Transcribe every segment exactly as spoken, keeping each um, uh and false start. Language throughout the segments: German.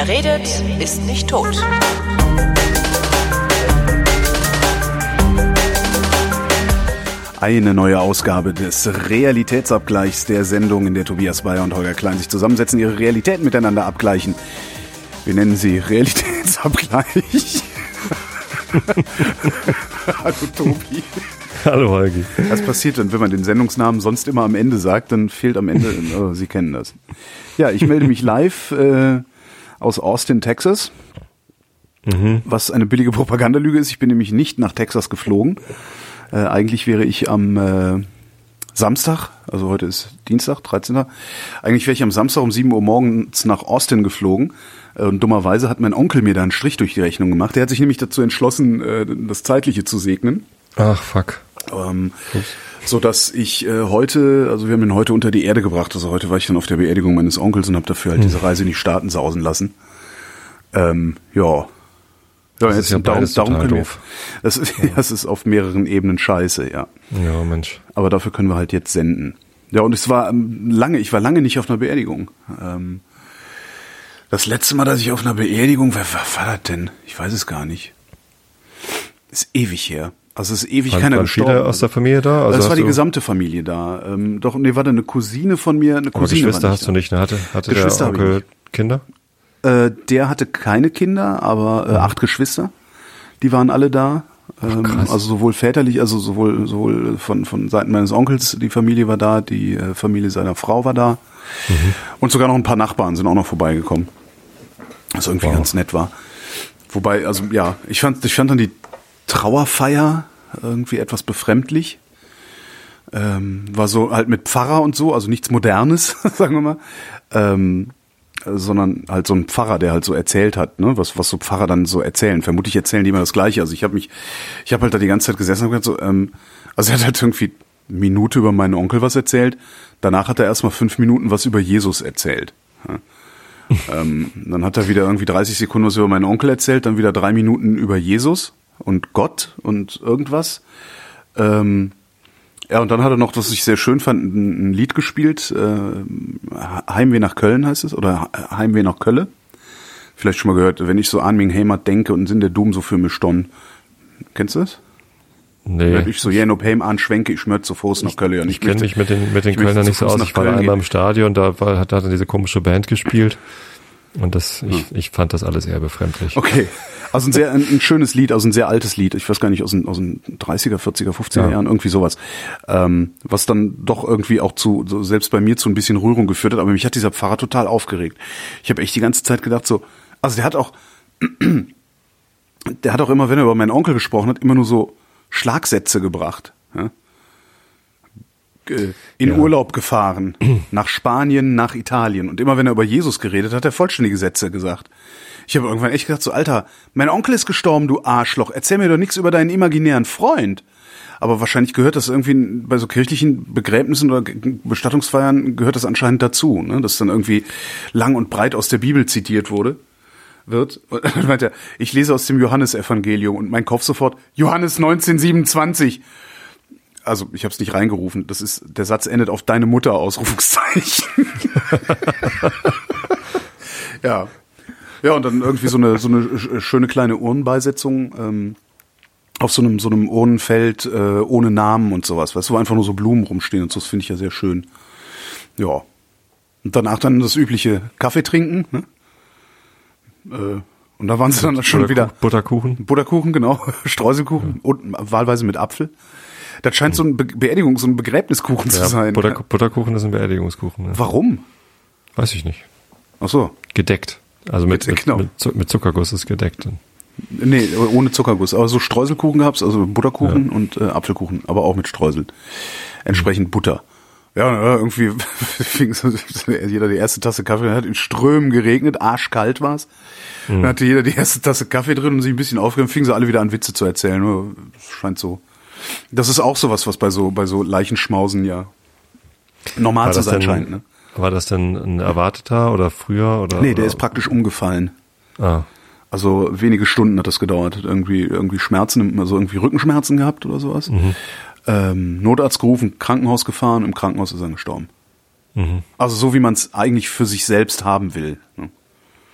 Wer redet, ist nicht tot. Eine neue Ausgabe des Realitätsabgleichs der Sendung, in der Tobias Bayer und Holger Klein sich zusammensetzen, ihre Realität miteinander abgleichen. Wir nennen sie Realitätsabgleich. Hallo Tobi. Hallo Holgi. Was passiert denn, wenn man den Sendungsnamen sonst immer am Ende sagt, dann fehlt am Ende, oh, Sie kennen das. Ja, ich melde mich live äh, aus Austin, Texas, mhm. was eine billige Propagandalüge ist. Ich bin nämlich nicht nach Texas geflogen. Äh, eigentlich wäre ich am äh, Samstag, also heute ist Dienstag, dreizehnten Eigentlich wäre ich am Samstag um sieben Uhr morgens nach Austin geflogen. Äh, und dummerweise hat mein Onkel mir da einen Strich durch die Rechnung gemacht. Der hat sich nämlich dazu entschlossen, äh, das Zeitliche zu segnen. Ach, fuck. Ähm, so dass ich äh, heute, also wir haben ihn heute unter die Erde gebracht. Also heute war ich dann auf der Beerdigung meines Onkels und habe dafür halt hm. diese Reise in die Staaten sausen lassen. Ähm, ja. Ja, das jetzt ist ja darum, beides darum total können wir, doof. das ist, ja. das ist auf mehreren Ebenen scheiße, ja. Ja, Mensch. Aber dafür können wir halt jetzt senden. Ja, und es war ähm, lange, ich war lange nicht auf einer Beerdigung. Ähm, das letzte Mal, dass ich auf einer Beerdigung, wer, wer war das denn? Ich weiß es gar nicht. Ist ewig her. Also es ist ewig Waren, keiner waren gestorben. Viele aus der Familie da? Also das war die du, gesamte Familie da. Ähm, doch, nee, war da eine Cousine von mir, eine aber Cousine Geschwister war hast nicht du da. nicht, ne? Hatte, hatte Geschwister der Onkel Kinder? Äh, der hatte keine Kinder, aber äh, mhm. acht Geschwister. Die waren alle da. Ähm, Ach, also sowohl väterlich, also sowohl sowohl von von Seiten meines Onkels, die Familie war da, die äh, Familie seiner Frau war da. Mhm. Und sogar noch ein paar Nachbarn sind auch noch vorbeigekommen. Was irgendwie wow. ganz nett war. Wobei, also ja, ich fand, ich fand dann die Trauerfeier irgendwie etwas befremdlich. Ähm, war so halt mit Pfarrer und so, also nichts Modernes, sagen wir mal. Ähm, sondern halt so ein Pfarrer, der halt so erzählt hat, ne, was was so Pfarrer dann so erzählen. Vermutlich erzählen die immer das Gleiche. Also ich habe mich, ich habe halt da die ganze Zeit gesessen und gesagt so, ähm, also er hat halt irgendwie eine Minute über meinen Onkel was erzählt. Danach hat er erstmal fünf Minuten was über Jesus erzählt. Ja. ähm, dann hat er wieder irgendwie dreißig Sekunden was über meinen Onkel erzählt, dann wieder drei Minuten über Jesus und Gott und irgendwas. Ähm, ja, und dann hat er noch, was ich sehr schön fand, ein, ein Lied gespielt. Äh, Heimweh nach Köln heißt es, oder Heimweh nach Kölle. Vielleicht schon mal gehört, wenn ich so an Ming Heimat denke und Sinn der Doom so für mich stonn. Kennst du das? Nee. Wenn ich so jen op heim anschwenke, ich schmört so Fuß nach Köln. Ja, ich kenne mich mit den, mit den Kölnern nicht so aus. Ich war da einmal im Stadion, da war, hat, hat er diese komische Band gespielt. Und das, ich, ich fand das alles eher befremdlich. Okay. Also ein sehr, ein, ein schönes Lied, also ein sehr altes Lied. Ich weiß gar nicht, aus den, aus den dreißiger, vierziger, fünfziger ja. Jahren, irgendwie sowas. Ähm, was dann doch irgendwie auch zu, so selbst bei mir zu ein bisschen Rührung geführt hat. Aber mich hat dieser Pfarrer total aufgeregt. Ich habe echt die ganze Zeit gedacht so, also der hat auch, der hat auch immer, wenn er über meinen Onkel gesprochen hat, immer nur so Schlagsätze gebracht. Ja? In ja. Urlaub gefahren, nach Spanien, nach Italien. Und immer wenn er über Jesus geredet hat, hat er vollständige Sätze gesagt. Ich habe irgendwann echt gedacht, so Alter, mein Onkel ist gestorben, du Arschloch. Erzähl mir doch nichts über deinen imaginären Freund. Aber wahrscheinlich gehört das irgendwie bei so kirchlichen Begräbnissen oder Bestattungsfeiern gehört das anscheinend dazu, ne? Dass dann irgendwie lang und breit aus der Bibel zitiert wurde. Wird. Und dann meint er, ich lese aus dem Johannesevangelium und mein Kopf sofort, Johannes neunzehn siebenundzwanzig. Also ich habe es nicht reingerufen. Das ist, der Satz endet auf deine Mutter, Ausrufungszeichen. ja. Ja, und dann irgendwie so eine so eine schöne kleine Urnenbeisetzung ähm, auf so einem so einem Urnenfeld äh, ohne Namen und sowas, weißt du, wo einfach nur so Blumen rumstehen und so, das finde ich ja sehr schön. Ja. Und danach dann das übliche Kaffee trinken, ne? Äh, und da waren sie dann schon wieder Butterkuchen. Butterkuchen, genau, Streuselkuchen ja. und wahlweise mit Apfel. Das scheint so ein Be- Beerdigung, so ein Begräbniskuchen ja, zu sein. Butter, Butterkuchen ist ein Beerdigungskuchen. Ja. Warum? Weiß ich nicht. Ach so. Gedeckt. Also mit, mit, genau. mit, mit Zuckerguss ist gedeckt. Nee, ohne Zuckerguss. Aber so Streuselkuchen gab's, also Butterkuchen ja. und äh, Apfelkuchen, aber auch mit Streuseln. Entsprechend mhm. Butter. Ja, irgendwie fing so, jeder die erste Tasse Kaffee, hat in Strömen geregnet, arschkalt war's. Mhm. Dann hatte jeder die erste Tasse Kaffee drin und sich ein bisschen aufgeregt, fingen sie alle wieder an Witze zu erzählen. Das scheint so. Das ist auch sowas, was bei so bei so Leichenschmausen ja normal zu sein scheint, ne? War das denn ein erwarteter oder früher? Oder, nee, der oder? ist praktisch umgefallen. Ah. Also wenige Stunden hat das gedauert. Hat irgendwie, irgendwie Schmerzen, also irgendwie Rückenschmerzen gehabt oder sowas. Mhm. Ähm, Notarzt gerufen, Krankenhaus gefahren, im Krankenhaus ist er gestorben. Mhm. Also so, wie man es eigentlich für sich selbst haben will. Ne?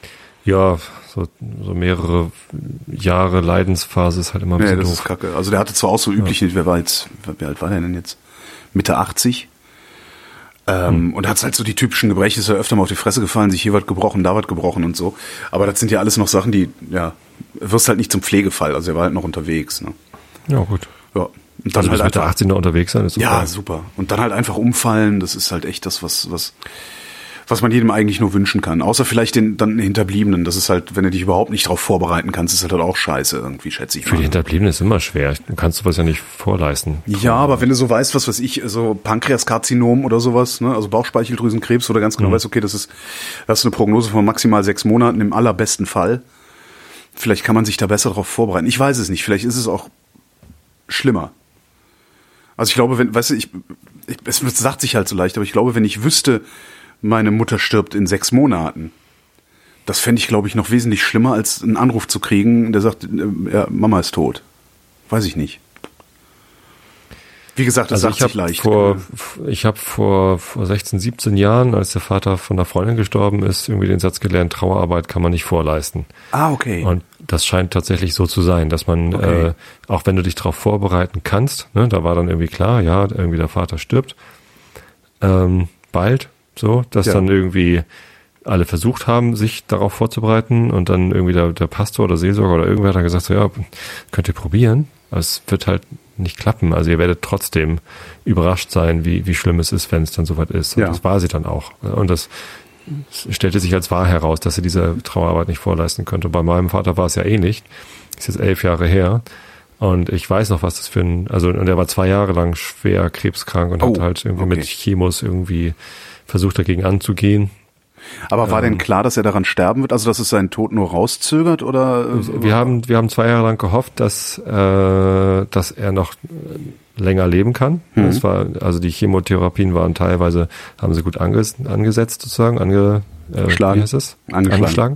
Ja, so, so mehrere Jahre Leidensphase ist halt immer ein bisschen ja, das doof. Ist kacke. Also der hatte zwar auch so übliche, ja. wer war jetzt, wie alt war der denn jetzt? Mitte achtzig. Ähm, hm. Und hat halt so die typischen Gebrechen, ist ja öfter mal auf die Fresse gefallen, sich hier was gebrochen, da was gebrochen und so. Aber das sind ja alles noch Sachen, die, ja, wirst halt nicht zum Pflegefall. Also er war halt noch unterwegs. Ne? Ja, gut. Ja. Und dann also halt bis Mitte achtzehn noch unterwegs sein, ist super. Ja, super. Und dann halt einfach umfallen, das ist halt echt das, was, was, was man jedem eigentlich nur wünschen kann. Außer vielleicht den dann Hinterbliebenen. Das ist halt, wenn du dich überhaupt nicht darauf vorbereiten kannst, ist halt, halt auch scheiße irgendwie, schätze ich mal. Für die Hinterbliebenen ist immer schwer. Du kannst sowas ja nicht vorleisten. Ja, aber wenn du so weißt, was weiß ich, so Pankreaskarzinom oder sowas, ne, also Bauchspeicheldrüsenkrebs, oder ganz genau mhm. weißt, okay, das ist, das ist eine Prognose von maximal sechs Monaten im allerbesten Fall. Vielleicht kann man sich da besser darauf vorbereiten. Ich weiß es nicht. Vielleicht ist es auch schlimmer. Also ich glaube, wenn, weißt du, ich, ich es sagt sich halt so leicht, aber ich glaube, wenn ich wüsste, meine Mutter stirbt in sechs Monaten, das fände ich, glaube ich, noch wesentlich schlimmer, als einen Anruf zu kriegen, der sagt, ja, Mama ist tot. Weiß ich nicht. Wie gesagt, das also sagt sich leicht. Vor, ich habe vor, vor sechzehn, siebzehn Jahren, als der Vater von einer Freundin gestorben ist, irgendwie den Satz gelernt, Trauerarbeit kann man nicht vorleisten. Ah, okay. Und das scheint tatsächlich so zu sein, dass man, okay. äh, auch wenn du dich darauf vorbereiten kannst, ne, da war dann irgendwie klar, ja, irgendwie der Vater stirbt, ähm, bald, so, dass ja. dann irgendwie alle versucht haben, sich darauf vorzubereiten und dann irgendwie der, der Pastor oder Seelsorger oder irgendwer hat dann gesagt, so, ja, könnt ihr probieren, aber es wird halt nicht klappen. Also ihr werdet trotzdem überrascht sein, wie, wie schlimm es ist, wenn es dann soweit ist. Und ja. das war sie dann auch. Und das stellte sich als wahr heraus, dass sie diese Trauerarbeit nicht vorleisten könnte. Bei meinem Vater war es ja eh nicht. Das ist jetzt elf Jahre her. Und ich weiß noch, was das für ein, also, und er war zwei Jahre lang schwer krebskrank und oh, hat halt irgendwie okay. mit Chemos irgendwie versucht, dagegen anzugehen. Aber war ähm, denn klar, dass er daran sterben wird? Also, dass es seinen Tod nur rauszögert, oder? Wir haben, wir haben zwei Jahre lang gehofft, dass, äh, dass er noch länger leben kann. Mhm. Das war, also die Chemotherapien waren teilweise, haben sie gut anges, angesetzt sozusagen, ange, äh, Geschlagen. Wie heißt es? Angeschlagen. Angeschlagen.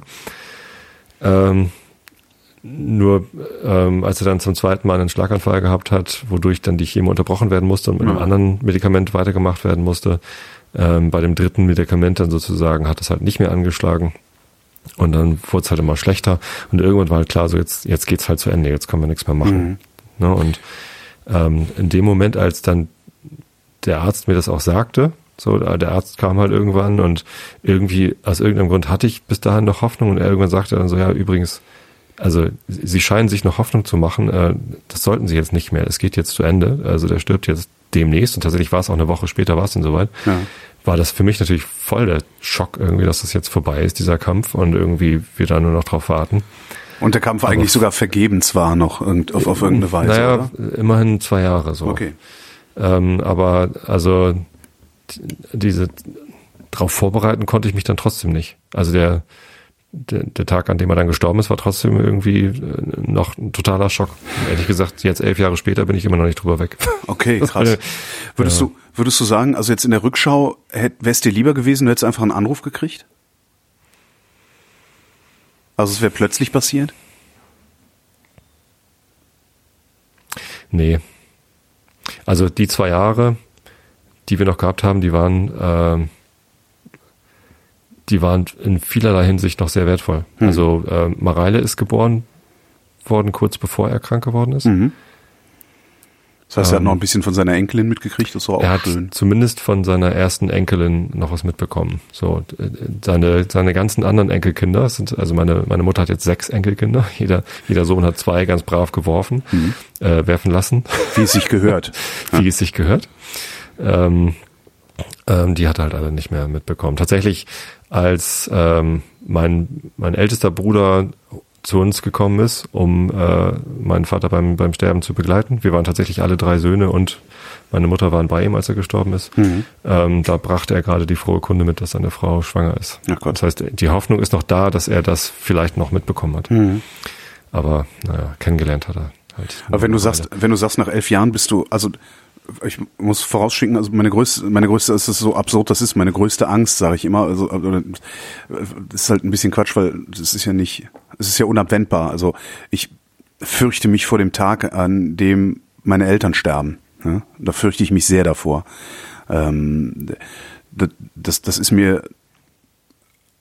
Ähm, nur, ähm, als er dann zum zweiten Mal einen Schlaganfall gehabt hat, wodurch dann die Chemo unterbrochen werden musste und mit ja. einem anderen Medikament weitergemacht werden musste, Ähm, bei dem dritten Medikament dann sozusagen hat es halt nicht mehr angeschlagen und dann wurde es halt immer schlechter und irgendwann war halt klar, so jetzt jetzt geht's halt zu Ende, jetzt können wir nichts mehr machen. Mhm. Ne? Und ähm, in dem Moment, als dann der Arzt mir das auch sagte, so der Arzt kam halt irgendwann und irgendwie aus irgendeinem Grund hatte ich bis dahin noch Hoffnung und er irgendwann sagte dann so, ja übrigens, also sie scheinen sich noch Hoffnung zu machen, äh, das sollten sie jetzt nicht mehr, es geht jetzt zu Ende, also der stirbt jetzt demnächst und tatsächlich war es auch eine Woche später, war es dann soweit, ja. war das für mich natürlich voll der Schock irgendwie, dass das jetzt vorbei ist, dieser Kampf und irgendwie wir da nur noch drauf warten. Und der Kampf aber eigentlich sogar vergebens war noch auf, auf irgendeine Weise, naja, oder? Immerhin zwei Jahre so. Okay. Ähm, aber also diese drauf vorbereiten konnte ich mich dann trotzdem nicht. Also der Der, der Tag, an dem er dann gestorben ist, war trotzdem irgendwie noch ein totaler Schock. Ehrlich gesagt, jetzt elf Jahre später bin ich immer noch nicht drüber weg. Okay, krass. Würdest ja. du, würdest du sagen, also jetzt in der Rückschau, wäre es dir lieber gewesen, du hättest einfach einen Anruf gekriegt? Also es wäre plötzlich passiert? Nee. Also die zwei Jahre, die wir noch gehabt haben, die waren, äh, die waren in vielerlei Hinsicht noch sehr wertvoll. Hm. Also äh, Mareile ist geboren worden, kurz bevor er krank geworden ist. Mhm. Das heißt, ähm, er hat noch ein bisschen von seiner Enkelin mitgekriegt, das war auch er hat schön. Zumindest von seiner ersten Enkelin noch was mitbekommen. So seine seine ganzen anderen Enkelkinder sind, also meine meine Mutter hat jetzt sechs Enkelkinder. Jeder jeder Sohn hat zwei ganz brav geworfen, mhm. äh, werfen lassen, wie es sich gehört, wie ja. es sich gehört. Ähm, ähm, die hat halt alle nicht mehr mitbekommen. Tatsächlich, als ähm, mein mein ältester Bruder zu uns gekommen ist, um äh, meinen Vater beim beim Sterben zu begleiten. Wir waren tatsächlich alle drei Söhne und meine Mutter waren bei ihm, als er gestorben ist. Mhm. Ähm, da brachte er gerade die frohe Kunde mit, dass seine Frau schwanger ist. Ach Gott. Das heißt, die Hoffnung ist noch da, dass er das vielleicht noch mitbekommen hat. Mhm. Aber naja, kennengelernt hat er halt. Aber wenn du sagst, wenn du sagst, nach elf Jahren bist du, also ich muss vorausschicken, also meine größte, meine größte, es ist so absurd, das ist meine größte Angst, sage ich immer. Also das ist halt ein bisschen Quatsch, weil das ist ja nicht, es ist ja unabwendbar. Also ich fürchte mich vor dem Tag, an dem meine Eltern sterben. Ja? Da fürchte ich mich sehr davor. Ähm, das, das ist mir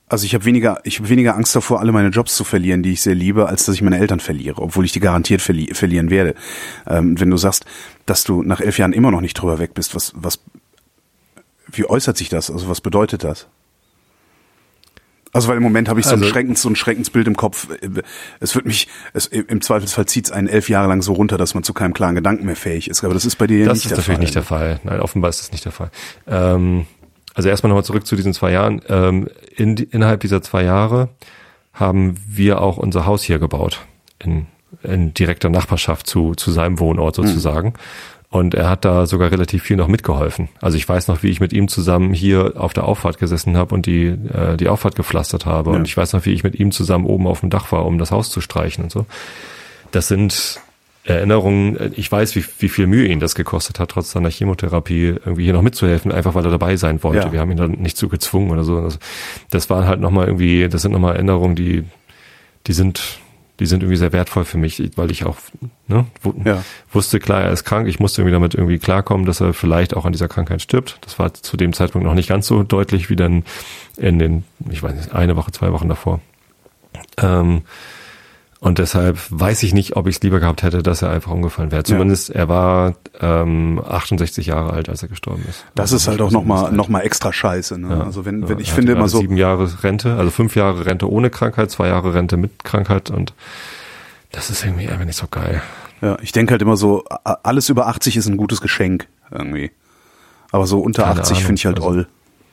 Also ich habe weniger, ich habe weniger Angst davor, alle meine Jobs zu verlieren, die ich sehr liebe, als dass ich meine Eltern verliere, obwohl ich die garantiert verli- verlieren werde. Ähm, wenn du sagst, dass du nach elf Jahren immer noch nicht drüber weg bist, was, was, wie äußert sich das? Also was bedeutet das? Also weil im Moment habe ich so ein Also, schreckens, so ein Schreckensbild im Kopf. Es wird mich, es, im Zweifelsfall zieht es einen elf Jahre lang so runter, dass man zu keinem klaren Gedanken mehr fähig ist. Aber das ist bei dir das nicht ist der natürlich Fall. nicht der Fall. Nein, offenbar ist das nicht der Fall. Ähm, also erstmal nochmal zurück zu diesen zwei Jahren. Ähm, in, innerhalb dieser zwei Jahre haben wir auch unser Haus hier gebaut. In, in direkter Nachbarschaft zu, zu seinem Wohnort sozusagen. Hm. Und er hat da sogar relativ viel noch mitgeholfen. Also ich weiß noch, wie ich mit ihm zusammen hier auf der Auffahrt gesessen habe und die äh, die Auffahrt gepflastert habe. Ja. Und ich weiß noch, wie ich mit ihm zusammen oben auf dem Dach war, um das Haus zu streichen und so. Das sind Erinnerungen. Ich weiß, wie, wie viel Mühe ihn das gekostet hat, trotz seiner Chemotherapie irgendwie hier noch mitzuhelfen, einfach weil er dabei sein wollte. Ja. Wir haben ihn dann nicht zu gezwungen oder so. Das, das waren halt nochmal irgendwie, das sind nochmal Erinnerungen, die die sind... Die sind irgendwie sehr wertvoll für mich, weil ich auch ne, w- ja. wusste, klar, er ist krank. Ich musste irgendwie damit irgendwie klarkommen, dass er vielleicht auch an dieser Krankheit stirbt. Das war zu dem Zeitpunkt noch nicht ganz so deutlich wie dann in den, ich weiß nicht, eine Woche, zwei Wochen davor. Ähm, und deshalb weiß ich nicht, ob ich es lieber gehabt hätte, dass er einfach umgefallen wäre. Zumindest ja. er war ähm, achtundsechzig Jahre alt, als er gestorben ist. Das also ist halt auch nochmal noch mal extra scheiße. Ne? Ja. Also wenn, wenn ja, ich finde immer so sieben Jahre Rente, also fünf Jahre Rente ohne Krankheit, zwei Jahre Rente mit Krankheit und das ist irgendwie einfach nicht so geil. Ja, ich denke halt immer so, alles über achtzig ist ein gutes Geschenk irgendwie. Aber so unter Keine achtzig finde ich halt also oll.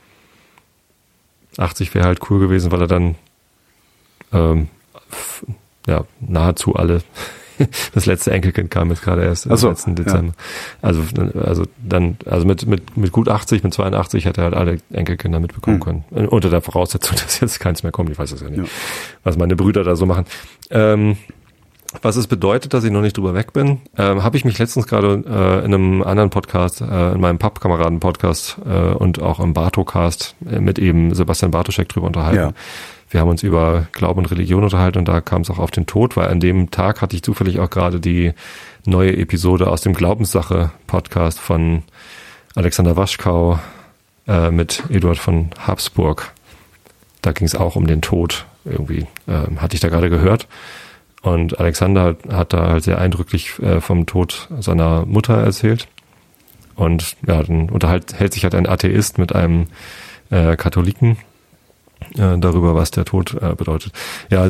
achtzig wäre halt cool gewesen, weil er dann ähm, f- ja, nahezu alle. Das letzte Enkelkind kam jetzt gerade erst im so, letzten Dezember. Ja. Also, also dann, also mit, mit, mit gut achtzig, mit zweiundachtzig hätte er halt alle Enkelkinder mitbekommen hm. können. Unter der Voraussetzung, dass jetzt keins mehr kommt. Ich weiß es ja nicht, ja. was meine Brüder da so machen. Ähm, was es bedeutet, dass ich noch nicht drüber weg bin, ähm, habe ich mich letztens gerade äh, in einem anderen Podcast, äh, in meinem Pappkameraden-Podcast äh, und auch im Bartocast äh, mit eben Sebastian Bartoschek drüber unterhalten. Ja. Wir haben uns über Glauben und Religion unterhalten und da kam es auch auf den Tod, weil an dem Tag hatte ich zufällig auch gerade die neue Episode aus dem Glaubenssache-Podcast von Alexander Waschkau äh, mit Eduard von Habsburg. Da ging es auch um den Tod irgendwie, äh, hatte ich da gerade gehört. Und Alexander hat da halt sehr eindrücklich äh, vom Tod seiner Mutter erzählt. Und ja, dann unterhält hält sich halt ein Atheist mit einem äh, Katholiken äh, darüber, was der Tod äh, bedeutet. Ja,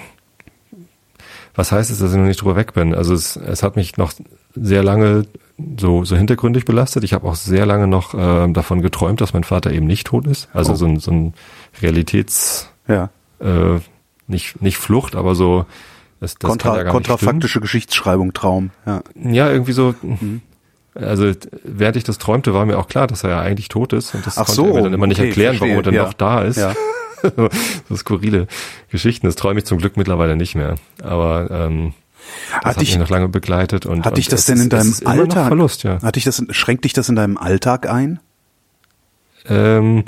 was heißt es, dass ich noch nicht drüber weg bin? Also es, es hat mich noch sehr lange so so hintergründig belastet. Ich habe auch sehr lange noch äh, davon geträumt, dass mein Vater eben nicht tot ist. Also oh. so ein so ein Realitäts ja. äh, nicht nicht Flucht, aber so das, das Kontra, kann ja gar kontrafaktische Geschichtsschreibung, Traum. Ja, ja irgendwie so. Mhm. Also während ich das träumte, war mir auch klar, dass er ja eigentlich tot ist. Und das Ach konnte so, er mir dann immer nicht okay, erklären, verstehe. warum er dann ja. noch da ist. Ja. So skurrile Geschichten. Das träume ich zum Glück mittlerweile nicht mehr. Aber ähm, das hat, hat dich, mich noch lange begleitet. Und, hat dich und das denn in ist, deinem Alltag? Verlust, ja. Hat dich das, schränkt dich das in deinem Alltag ein? Ähm,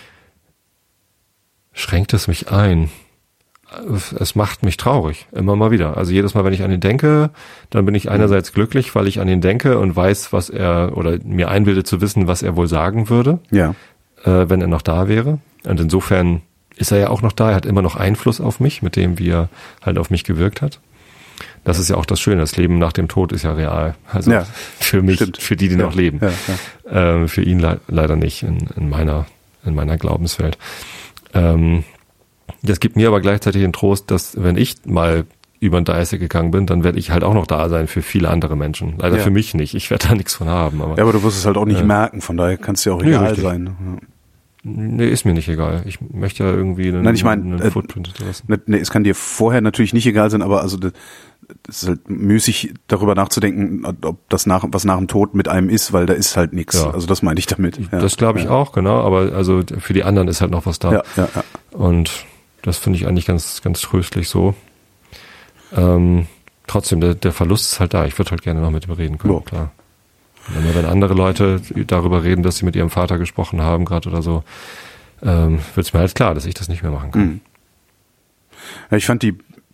schränkt es mich ein? Es macht mich traurig, immer mal wieder. Also jedes Mal, wenn ich an ihn denke, dann bin ich einerseits glücklich, weil ich an ihn denke und weiß, was er, oder mir einbilde zu wissen, was er wohl sagen würde, ja. äh, wenn er noch da wäre. Und insofern ist er ja auch noch da, er hat immer noch Einfluss auf mich, mit dem, wie er halt auf mich gewirkt hat. Das ist ja auch das Schöne, das Leben nach dem Tod ist ja real. Also ja, für mich, stimmt. für die, die ja, noch leben. Ja, ja. Äh, für ihn le- leider nicht in, in meiner, in meiner Glaubenswelt. Ähm, Das gibt mir aber gleichzeitig den Trost, dass wenn ich mal über den dreißig gegangen bin, dann werde ich halt auch noch da sein für viele andere Menschen. Leider ja. für mich nicht. Ich werde da nichts von haben. Aber, ja, aber du wirst es halt auch nicht äh, merken. Von daher kann es dir auch egal nee, sein. Ja. Nee, ist mir nicht egal. Ich möchte ja irgendwie einen, Nein, ich mein, einen äh, Footprint hinterlassen. Nee, es kann dir vorher natürlich nicht egal sein, aber also das ist halt müßig, darüber nachzudenken, ob das nach was nach dem Tod mit einem ist, weil da ist halt nichts. Ja. Also das meine ich damit. Ja. Das glaube ich ja. auch, genau. Aber also für die anderen ist halt noch was da. Ja, ja, ja. Und das finde ich eigentlich ganz, ganz tröstlich so. Ähm, trotzdem, der, der Verlust ist halt da. Ich würde halt gerne noch mit ihm reden können, oh. klar. Und wenn andere Leute darüber reden, dass sie mit ihrem Vater gesprochen haben, gerade oder so, ähm, wird es mir halt klar, dass ich das nicht mehr machen kann. Mhm. Ja, ich fand die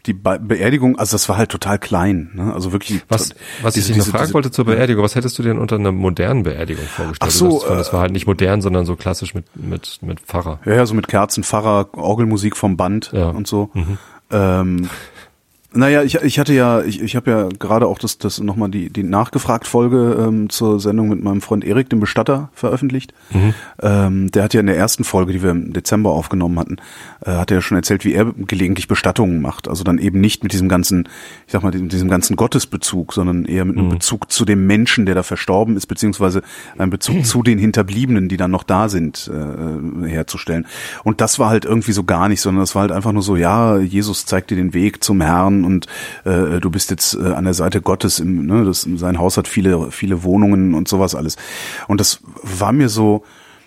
die Be- Beerdigung, also das war halt total klein, ne? Also wirklich. Was, was diese, ich dich noch diese, fragen diese, wollte zur Beerdigung, was hättest du dir denn unter einer modernen Beerdigung vorgestellt? Ach so, du sagst, äh, das war halt nicht modern, sondern so klassisch mit, mit, mit Pfarrer. Ja, ja, so mit Kerzen, Pfarrer, Orgelmusik vom Band Ja. und so. Mhm. Ähm, naja, ich, ich hatte ja, ich, ich habe ja gerade auch das, das nochmal die, die Nachgefragt-Folge ähm, zur Sendung mit meinem Freund Erik, dem Bestatter, veröffentlicht. Mhm. Ähm, der hat ja in der ersten Folge, die wir im Dezember aufgenommen hatten, äh, hat er ja schon erzählt, wie er gelegentlich Bestattungen macht. Also dann eben nicht mit diesem ganzen, ich sag mal, mit diesem ganzen Gottesbezug, sondern eher mit einem mhm. Bezug zu dem Menschen, der da verstorben ist, beziehungsweise einen Bezug mhm. zu den Hinterbliebenen, die dann noch da sind, äh, herzustellen. Und das war halt irgendwie so gar nicht, sondern das war halt einfach nur so, ja, Jesus zeigt dir den Weg zum Herrn und äh, du bist jetzt äh, an der Seite Gottes, im, ne, das, sein Haus hat viele, viele Wohnungen und sowas alles. Und das war mir so,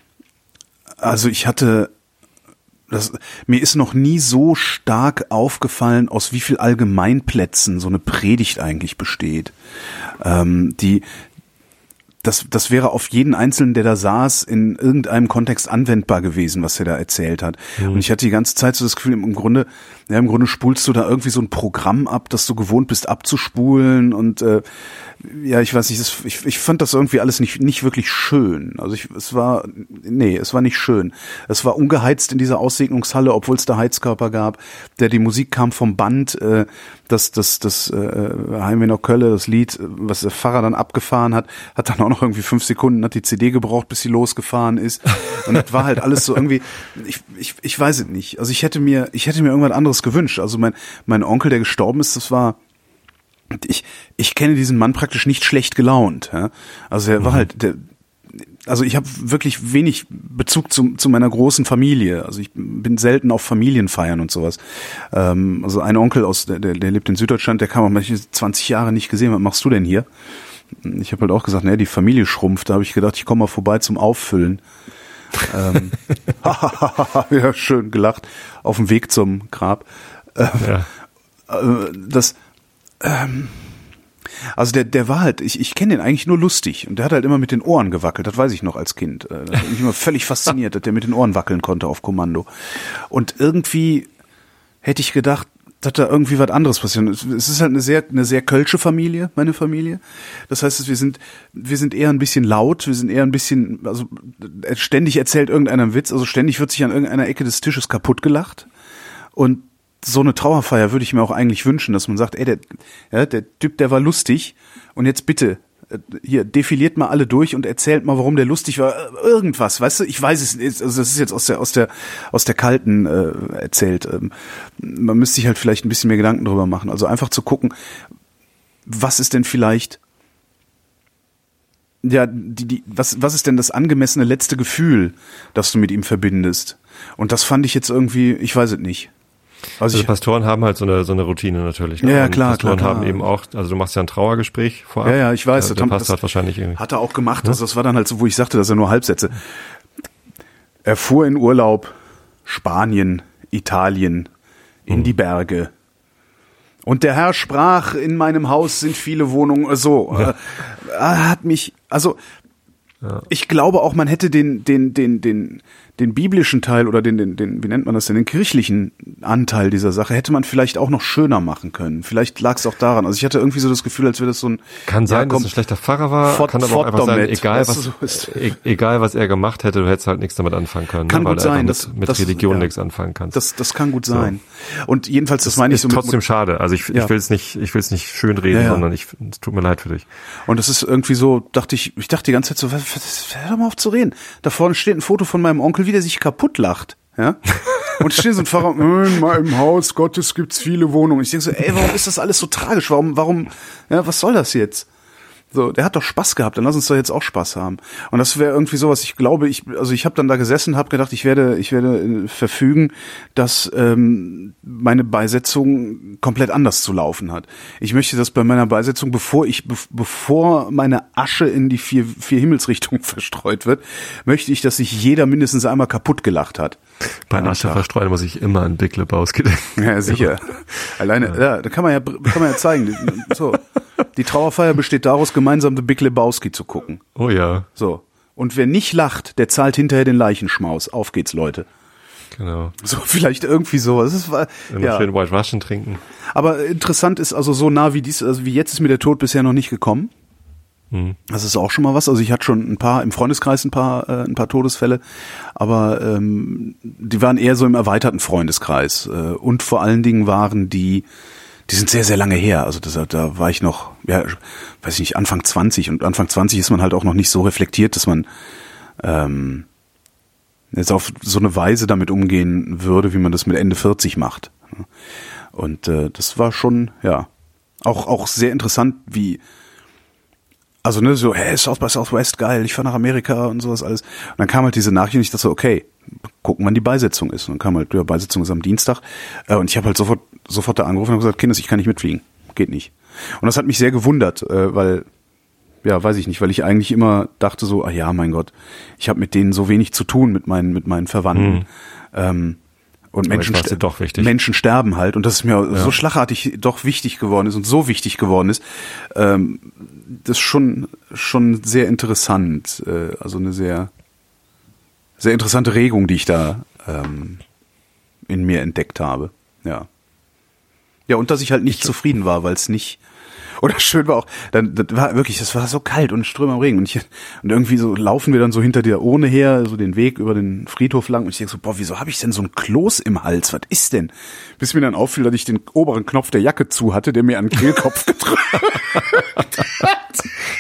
also ich hatte, das, mir ist noch nie so stark aufgefallen, aus wie viel Allgemeinplätzen so eine Predigt eigentlich besteht. Ähm, die Das, das wäre auf jeden Einzelnen, der da saß, in irgendeinem Kontext anwendbar gewesen, was er da erzählt hat. Mhm. Und ich hatte die ganze Zeit so das Gefühl, im Grunde, ja, im Grunde spulst du da irgendwie so ein Programm ab, das du gewohnt bist abzuspulen und äh, ja, ich weiß nicht, das, ich, ich fand das irgendwie alles nicht nicht wirklich schön. Also ich, es war, nee, es war nicht schön. Es war ungeheizt in dieser Aussegnungshalle, obwohl es da Heizkörper gab. Der die Musik kam vom Band, äh, das das das äh, Heimweh nach Kölle, das Lied, was der Pfarrer dann abgefahren hat, hat dann auch noch irgendwie fünf Sekunden, hat die C D gebraucht, bis sie losgefahren ist. Und das war halt alles so irgendwie, ich ich ich weiß es nicht. Also ich hätte mir ich hätte mir irgendwas anderes gewünscht. Also mein mein Onkel, der gestorben ist, das war Ich, ich kenne diesen Mann praktisch nicht schlecht gelaunt. Ja? Also er war mhm. halt, der, also ich habe wirklich wenig Bezug zu, zu meiner großen Familie. Also ich bin selten auf Familienfeiern und sowas. Ähm, also ein Onkel aus, der, der, der lebt in Süddeutschland, der kam, ich zwanzig Jahre nicht gesehen. Was machst du denn hier? Ich habe halt auch gesagt, naja, die Familie schrumpft. Da habe ich gedacht, ich komme mal vorbei zum Auffüllen. ähm, ja, schön gelacht. Auf dem Weg zum Grab. Ähm, ja. äh, das Ähm, also der der war halt, ich ich kenne den eigentlich nur lustig und der hat halt immer mit den Ohren gewackelt, das weiß ich noch als Kind. Das hat mich immer völlig fasziniert, dass der mit den Ohren wackeln konnte auf Kommando. Und irgendwie hätte ich gedacht, dass da irgendwie was anderes passiert. Es ist halt eine sehr eine sehr kölsche Familie, meine Familie. Das heißt, wir sind wir sind eher ein bisschen laut, wir sind eher ein bisschen, also ständig erzählt irgendeiner einen Witz, also ständig wird sich an irgendeiner Ecke des Tisches kaputt gelacht und so eine Trauerfeier würde ich mir auch eigentlich wünschen, dass man sagt, ey, der, ja, der Typ, der war lustig und jetzt bitte, hier, defiliert mal alle durch und erzählt mal, warum der lustig war. Irgendwas, weißt du, ich weiß es nicht, also das ist jetzt aus der, aus der, aus der Kalten äh, erzählt. Ähm, man müsste sich halt vielleicht ein bisschen mehr Gedanken drüber machen. Also einfach zu gucken, was ist denn vielleicht, ja, die, die, was, was ist denn das angemessene letzte Gefühl, das du mit ihm verbindest? Und das fand ich jetzt irgendwie, ich weiß es nicht. Also, also Pastoren haben halt so eine so eine Routine natürlich. Ne? Ja, ja, klar, Pastoren klar, klar. haben eben auch, also du machst ja ein Trauergespräch vorab. Ja, ja, ich weiß. Also der Pastor hat wahrscheinlich irgendwie. Hat er auch gemacht. Ja? Also das war dann halt so, wo ich sagte, dass er nur Halbsätze. Er fuhr in Urlaub, Spanien, Italien, in hm. die Berge. Und der Herr sprach, in meinem Haus sind viele Wohnungen. So, ja. Er hat mich, also ja. Ich glaube auch, man hätte den den den den den biblischen Teil oder den den den wie nennt man das denn, den kirchlichen Anteil dieser Sache hätte man vielleicht auch noch schöner machen können. Vielleicht lag es auch daran. Also ich hatte irgendwie so das Gefühl, als wäre das so ein kann sein, ja, komm, dass es ein schlechter Pfarrer war, fort, kann aber auch einfach sein, egal was so e- egal was er gemacht hätte, du hättest halt nichts damit anfangen können, kann ne? gut Weil sein, du dass mit, mit das, Religion ja, nichts anfangen kannst. Das das kann gut sein. So. Und jedenfalls das, das meine ich so ist mit trotzdem schade. Also ich ja. ich will es nicht ich will es nicht schön reden, ja, ja. sondern ich es tut mir leid für dich. Und das ist irgendwie so, dachte ich, ich dachte die ganze Zeit so, hör doch mal auf zu reden. Da vorne steht ein Foto von meinem Onkel, wie der sich kaputt lacht. Ja? Und steht so ein Pfarrer, in meinem Haus Gottes gibt's viele Wohnungen. Ich denke so, ey, warum ist das alles so tragisch? Warum, warum, ja, was soll das jetzt? So, der hat doch Spaß gehabt, dann lass uns doch jetzt auch Spaß haben. Und das wäre irgendwie sowas, ich glaube, ich, also ich habe dann da gesessen, habe gedacht, ich werde, ich werde verfügen, dass ähm, meine Beisetzung komplett anders zu laufen hat. Ich möchte, dass bei meiner Beisetzung, bevor ich, be- bevor meine Asche in die vier, vier Himmelsrichtungen verstreut wird, möchte ich, dass sich jeder mindestens einmal kaputt gelacht hat. Bei Asche verstreuen muss ich immer an Big Lebowski denken. Ja, sicher. Alleine, ja. ja, da kann man ja, kann man ja zeigen. So. Die Trauerfeier besteht daraus, gemeinsam The Big Lebowski zu gucken. Oh ja. So. Und wer nicht lacht, der zahlt hinterher den Leichenschmaus. Auf geht's, Leute. Genau. So, vielleicht irgendwie so. Es ist, Immer ja. schön White Russian trinken. Aber interessant ist, also so nah wie dies, also wie jetzt ist mir der Tod bisher noch nicht gekommen. Hm. Das ist auch schon mal was. Also ich hatte schon ein paar, im Freundeskreis ein paar, äh, ein paar Todesfälle, aber ähm, die waren eher so im erweiterten Freundeskreis. Äh, und vor allen Dingen waren die, die sind sehr, sehr lange her. Also das, da war ich noch, ja, weiß ich nicht, Anfang zwanzig. Und Anfang zwanzig ist man halt auch noch nicht so reflektiert, dass man ähm, jetzt auf so eine Weise damit umgehen würde, wie man das mit Ende vierzig macht. Und äh, das war schon, ja, auch auch sehr interessant, wie, also ne, so, hey, South by Southwest, geil, ich fahre nach Amerika und sowas alles. Und dann kam halt diese Nachricht und ich dachte so, okay, gucken, wann die Beisetzung ist. Und dann kam halt, ja, Beisetzung ist am Dienstag. Äh, und ich habe halt sofort sofort da angerufen und gesagt, Kindes, ich kann nicht mitfliegen. Geht nicht. Und das hat mich sehr gewundert, äh, weil, ja, weiß ich nicht, weil ich eigentlich immer dachte so, ah ja, mein Gott, ich habe mit denen so wenig zu tun, mit meinen mit meinen Verwandten. Hm. Ähm, und Menschen, ster- doch wichtig. Menschen sterben halt. Und dass es mir Ja. so schlagartig doch wichtig geworden ist und so wichtig geworden ist, ähm, das ist schon, schon sehr interessant. Äh, also eine sehr, sehr interessante Regung, die ich da ähm, in mir entdeckt habe. Ja. Ja, und dass ich halt nicht ich zufrieden war, weil es nicht, oder schön war auch, dann, das war wirklich, es war so kalt und Ströme am Regen und ich, und irgendwie so laufen wir dann so hinter der Urne her, so den Weg über den Friedhof lang und ich denke so, boah, wieso habe ich denn so ein Kloß im Hals? Was ist denn? Bis mir dann auffiel, dass ich den oberen Knopf der Jacke zu hatte, der mir an den Kehlkopf gedrückt hat.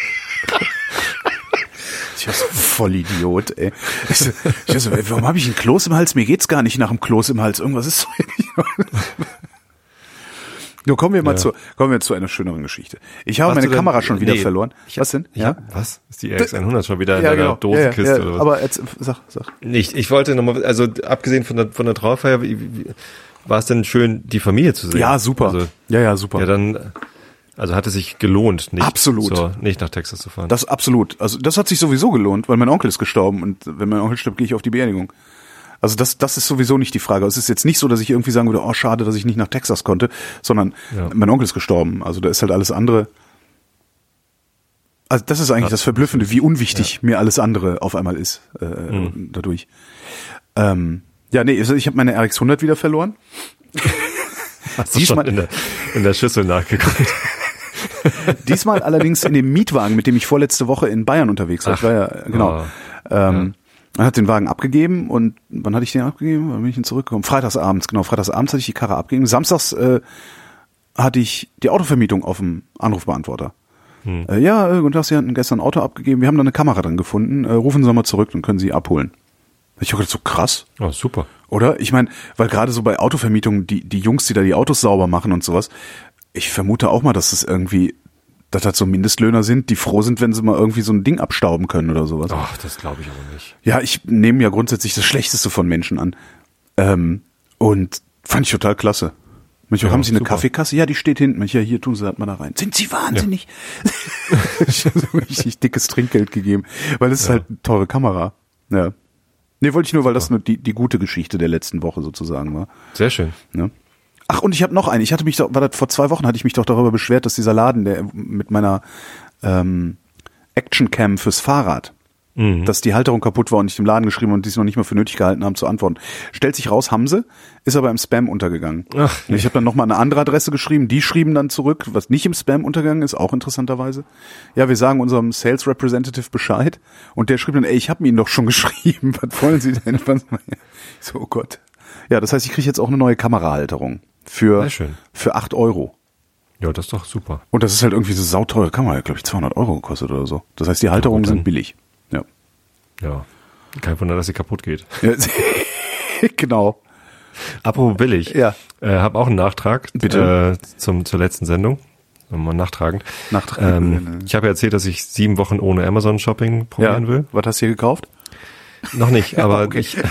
Ich war so voll Idiot, ey. Ich so, ich so, warum habe ich einen Kloß im Hals? Mir geht's gar nicht nach dem Kloß im Hals. Irgendwas ist so Idiot. Nur kommen wir mal ja. zu, kommen wir zu einer schöneren Geschichte. Ich habe Hast meine Kamera denn, schon wieder nee, verloren. Ich, was denn? Ja? Hab, was? Ist die R X hundert schon wieder in ja, deiner genau. Dosenkiste ja, ja, oder was? Aber jetzt, sag, sag. Nicht. Ich wollte nochmal, also abgesehen von der, von der Trauerfeier, wie, wie, war es denn schön, die Familie zu sehen? Ja, super. Also, ja, ja, super. Ja, dann, also hat es sich gelohnt, nicht, absolut. So, nicht nach Texas zu fahren. Das absolut. Also das hat sich sowieso gelohnt, weil mein Onkel ist gestorben und wenn mein Onkel stirbt, gehe ich auf die Beerdigung. Also das, das ist sowieso nicht die Frage. Es ist jetzt nicht so, dass ich irgendwie sagen würde, oh schade, dass ich nicht nach Texas konnte, sondern ja. mein Onkel ist gestorben. Also da ist halt alles andere. Also das ist eigentlich das Verblüffende, wie unwichtig ja. mir alles andere auf einmal ist äh, mhm. dadurch. Ähm, ja, nee, also ich habe meine R X hundert wieder verloren. Hast du schon in der, in der Schüssel nachgeguckt? Diesmal allerdings in dem Mietwagen, mit dem ich vorletzte Woche in Bayern unterwegs war. Ach, war ja, genau. Oh. Ähm, ja. Man hat den Wagen abgegeben und wann hatte ich den abgegeben? Wann bin ich denn zurückgekommen? Freitagsabends, genau. Freitagsabends hatte ich die Karre abgegeben. Samstags äh, hatte ich die Autovermietung auf dem Anrufbeantworter. Hm. Äh, ja, äh, guten Tag, Sie hatten gestern ein Auto abgegeben. Wir haben da eine Kamera drin gefunden. Äh, rufen Sie mal zurück, dann können Sie abholen. Ich habe gedacht, so krass. Oh, super. Oder? Ich meine, weil gerade so bei Autovermietungen, die, die Jungs, die da die Autos sauber machen und sowas, ich vermute auch mal, dass das irgendwie, dass das so Mindestlöhner sind, die froh sind, wenn sie mal irgendwie so ein Ding abstauben können oder sowas. Ach, das glaube ich aber nicht. Ja, ich nehme ja grundsätzlich das Schlechteste von Menschen an. Ähm, und fand ich total klasse. Manchmal, ja, haben Sie eine super. Kaffeekasse? Ja, die steht hinten. Manchmal, hier, tun Sie das mal da rein. Sind Sie wahnsinnig? Ja. Ich habe so richtig dickes Trinkgeld gegeben, weil das ja. ist halt eine teure Kamera. Ja. Nee, wollte ich nur, weil das nur die, die gute Geschichte der letzten Woche sozusagen war. Sehr schön. Ja. Ach, und ich habe noch eine. Ich hatte mich doch, war das vor zwei Wochen hatte ich mich doch darüber beschwert, dass dieser Laden, der mit meiner ähm, Actioncam fürs Fahrrad, mhm. dass die Halterung kaputt war und ich dem Laden geschrieben und die es noch nicht mal für nötig gehalten haben zu antworten. Stellt sich raus, haben sie, ist aber im Spam untergegangen. Ach, nee. Ich habe dann nochmal eine andere Adresse geschrieben, die schrieben dann zurück, was nicht im Spam untergegangen ist, auch interessanterweise. Ja, wir sagen unserem Sales Representative Bescheid und der schrieb dann, ey, ich habe Ihnen doch schon geschrieben, was wollen Sie denn? So, oh Gott. Ja, das heißt, ich kriege jetzt auch eine neue Kamerahalterung für für acht Euro. Ja, das ist doch super. Und das ist halt irgendwie so sauteure Kamera, glaube ich, zweihundert Euro gekostet oder so. Das heißt, die Halterungen ja, sind billig. Ja. Ja. Kein Wunder, dass sie kaputt geht. Ja, genau. Apropos billig. Ja. Äh, habe auch einen Nachtrag. Bitte. Äh, zum, zur letzten Sendung. Mal nachtragen. Nachtragen. Ähm, ich habe ja erzählt, dass ich sieben Wochen ohne Amazon Shopping probieren ja. will. Was hast du hier gekauft? Noch nicht, aber okay. ich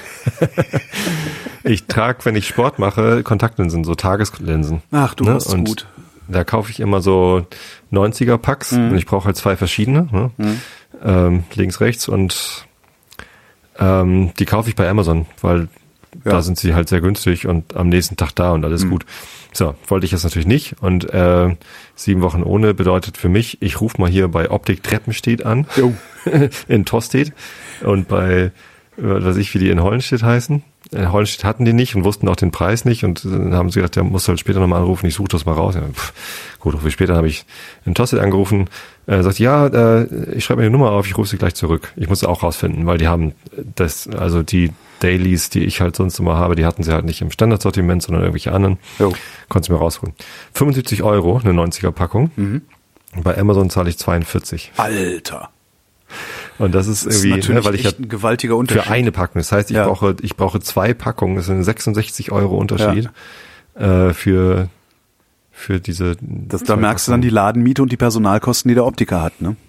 ich trage, wenn ich Sport mache, Kontaktlinsen, so Tageslinsen. Ach, du ne? bist und gut. Da kaufe ich immer so neunziger Packs mhm. und ich brauche halt zwei verschiedene, ne? mhm. ähm, links, rechts und ähm, die kaufe ich bei Amazon, weil ja. da sind sie halt sehr günstig und am nächsten Tag da und alles mhm. gut. So, wollte ich jetzt natürlich nicht und äh, sieben Wochen ohne bedeutet für mich, ich rufe mal hier bei Optik Treppenstedt an, in Tostedt und bei, was weiß ich, wie die in Hollenstedt heißen in Hollenstedt hatten die nicht und wussten auch den Preis nicht und dann haben sie gesagt, ja, musst halt später nochmal anrufen, ich suche das mal raus. Ja, pff, gut, rufe ich später, habe ich in Tosted angerufen, äh, sagt, ja, äh, ich schreibe mir die Nummer auf, ich rufe sie gleich zurück. Ich muss es auch rausfinden, weil die haben das, also die Dailies, die ich halt sonst immer habe, die hatten sie halt nicht im Standardsortiment, sondern irgendwelche anderen. Jo. Konntest du mir rausholen. fünfundsiebzig Euro, eine neunziger Packung. Mhm. Bei Amazon zahle ich zweiundvierzig. Alter. Und das ist das irgendwie, ist ne, weil ich echt ein gewaltiger Unterschied. Für eine Packung. Das heißt, ich ja. brauche, ich brauche zwei Packungen. Das sind sechsundsechzig Euro Unterschied ja. äh, für für diese. Das, da merkst Packungen. Du dann die Ladenmiete und die Personalkosten, die der Optiker hat, ne?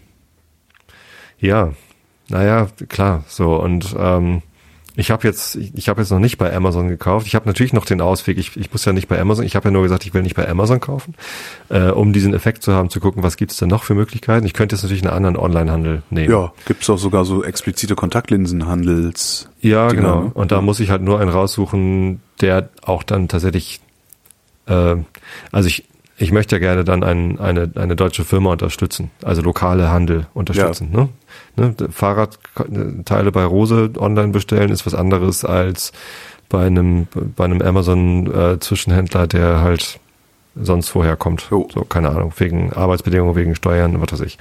Ja, naja, klar. So und ähm, ich habe jetzt, ich, ich habe jetzt noch nicht bei Amazon gekauft. Ich habe natürlich noch den Ausweg. Ich, ich muss ja nicht bei Amazon. Ich habe ja nur gesagt, ich will nicht bei Amazon kaufen, äh, um diesen Effekt zu haben, zu gucken, was gibt's denn noch für Möglichkeiten. Ich könnte jetzt natürlich einen anderen Onlinehandel nehmen. Ja, gibt's auch sogar so explizite Kontaktlinsenhandels. Ja, genau. Und da muss ich halt nur einen raussuchen, der auch dann tatsächlich, äh, also ich ich möchte ja gerne dann ein, eine eine deutsche Firma unterstützen, also lokale Handel unterstützen. Ja. Ne? Ne? Fahrradteile bei Rose online bestellen ist was anderes als bei einem bei einem Amazon äh, Zwischenhändler, der halt sonst woher kommt. Oh. So, keine Ahnung, wegen Arbeitsbedingungen, wegen Steuern, was weiß ich.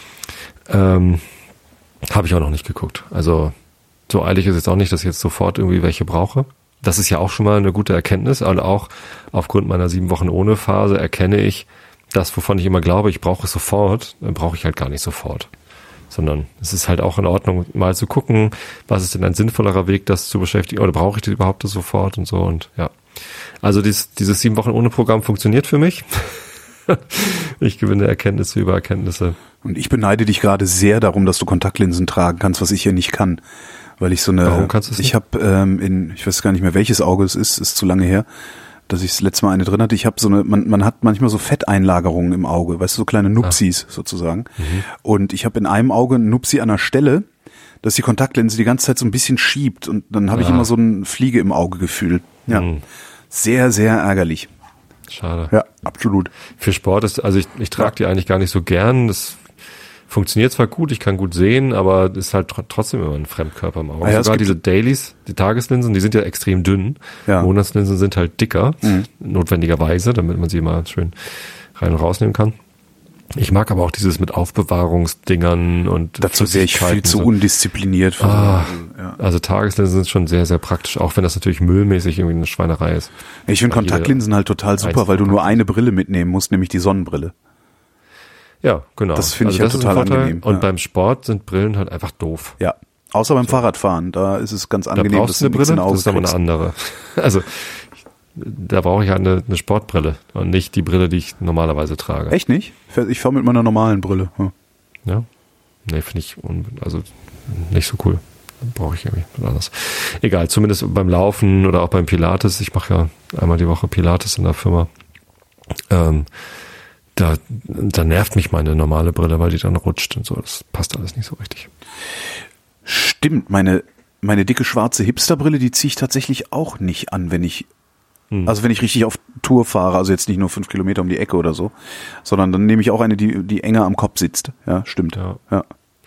Ähm, habe ich auch noch nicht geguckt. Also so eilig ist es auch nicht, dass ich jetzt sofort irgendwie welche brauche. Das ist ja auch schon mal eine gute Erkenntnis, aber auch aufgrund meiner sieben Wochen ohne Phase erkenne ich, das, wovon ich immer glaube, ich brauche es sofort, dann brauche ich halt gar nicht sofort. Sondern es ist halt auch in Ordnung, mal zu gucken, was ist denn ein sinnvollerer Weg, das zu beschäftigen, oder brauche ich das überhaupt das sofort und so und ja. Also dieses, dieses sieben Wochen ohne Programm funktioniert für mich. Ich gewinne Erkenntnisse über Erkenntnisse. Und ich beneide dich gerade sehr darum, dass du Kontaktlinsen tragen kannst, was ich hier nicht kann. Weil ich so eine, Warum kannst du es nicht? Ich habe ähm, in, ich weiß gar nicht mehr welches Auge es ist, ist zu lange her, dass ich das letzte Mal eine drin hatte. Ich habe so eine, man, man hat manchmal so Fetteinlagerungen im Auge, weißt du, so kleine Nupsis ah. sozusagen. Mhm. Und ich habe in einem Auge einen Nupsi an der Stelle, dass die Kontaktlinse die ganze Zeit so ein bisschen schiebt und dann habe ah. ich immer so ein Fliege im Auge-Gefühl. Ja, mhm. sehr, sehr ärgerlich. Schade. Ja, absolut. Für Sport ist, also ich, ich trage die eigentlich gar nicht so gern. Das funktioniert zwar gut, ich kann gut sehen, aber ist halt tr- trotzdem immer ein Fremdkörper im Auge. Ah ja, sogar diese Dailies, die Tageslinsen, die sind ja extrem dünn. Ja. Monatslinsen sind halt dicker, mhm. notwendigerweise, damit man sie immer schön rein und rausnehmen kann. Ich mag aber auch dieses mit Aufbewahrungsdingern und dazu wäre ich viel zu so. undiszipliniert. Für ah, so, ja. Also Tageslinsen sind schon sehr, sehr praktisch, auch wenn das natürlich müllmäßig irgendwie eine Schweinerei ist. Ich finde Kontaktlinsen halt total super, weil du nur eine Brille mitnehmen musst, nämlich die Sonnenbrille. Ja, genau. Das finde ich also ja total angenehm. Und ja. beim Sport sind Brillen halt einfach doof. Ja, außer beim so. Fahrradfahren, da ist es ganz angenehm. Da brauchst du eine Brille, das ist aber eine andere. Also da brauche ich halt eine, eine Sportbrille und nicht die Brille, die ich normalerweise trage. Echt nicht? Ich fahre mit meiner normalen Brille. Ja, ja? Nee, finde ich un- also nicht so cool. Brauche ich irgendwie was anderes. Egal, zumindest beim Laufen oder auch beim Pilates. Ich mache ja einmal die Woche Pilates in der Firma. Ähm, Da, da nervt mich meine normale Brille, weil die dann rutscht und so. Das passt alles nicht so richtig. Stimmt, meine, meine dicke schwarze Hipsterbrille, die ziehe ich tatsächlich auch nicht an, wenn ich, hm. also wenn ich richtig auf Tour fahre, also jetzt nicht nur fünf Kilometer um die Ecke oder so, sondern dann nehme ich auch eine, die, die enger am Kopf sitzt. Ja, stimmt. Ja. Ja.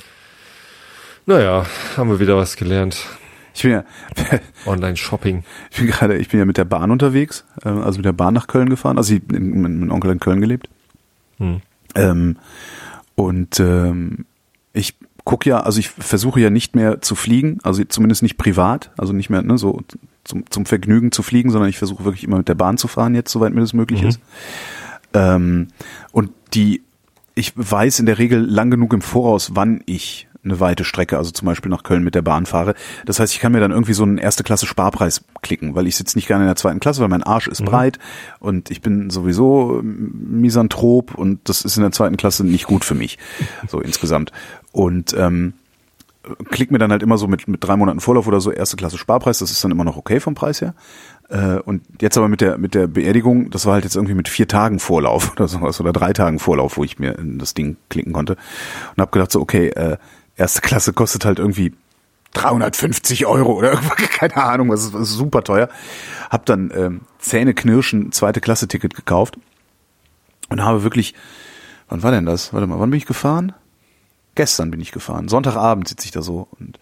Naja, haben wir wieder was gelernt. Ich bin ja Online-Shopping. Ich bin gerade, ich bin ja mit der Bahn unterwegs, also mit der Bahn nach Köln gefahren. Also ich habe mit meinem Onkel in Köln gelebt. Hm. Ähm, und ähm, ich gucke ja, also ich versuche ja nicht mehr zu fliegen, also zumindest nicht privat, also nicht mehr ne, so zum, zum Vergnügen zu fliegen, sondern ich versuche wirklich immer mit der Bahn zu fahren jetzt, soweit mir das möglich mhm. ist. Ähm, und die, ich weiß in der Regel lang genug im Voraus, wann ich eine weite Strecke, also zum Beispiel nach Köln mit der Bahn fahre. Das heißt, ich kann mir dann irgendwie so einen erste Klasse Sparpreis klicken, weil ich sitze nicht gerne in der zweiten Klasse, weil mein Arsch ist mhm. breit und ich bin sowieso Misanthrop und das ist in der zweiten Klasse nicht gut für mich, so insgesamt. Und ähm, klick mir dann halt immer so mit mit drei Monaten Vorlauf oder so erste Klasse Sparpreis, das ist dann immer noch okay vom Preis her. Äh, und jetzt aber mit der mit der Beerdigung, das war halt jetzt irgendwie mit vier Tagen Vorlauf oder sowas oder drei Tagen Vorlauf, wo ich mir in das Ding klicken konnte und habe gedacht so, okay, äh, erste Klasse kostet halt irgendwie dreihundertfünfzig Euro oder irgendwas, keine Ahnung, was ist, was ist super teuer. Hab dann ähm, Zähneknirschen zweite Klasse Ticket gekauft und habe wirklich, wann war denn das? Warte mal, wann bin ich gefahren? Gestern bin ich gefahren. Sonntagabend sitze ich da so und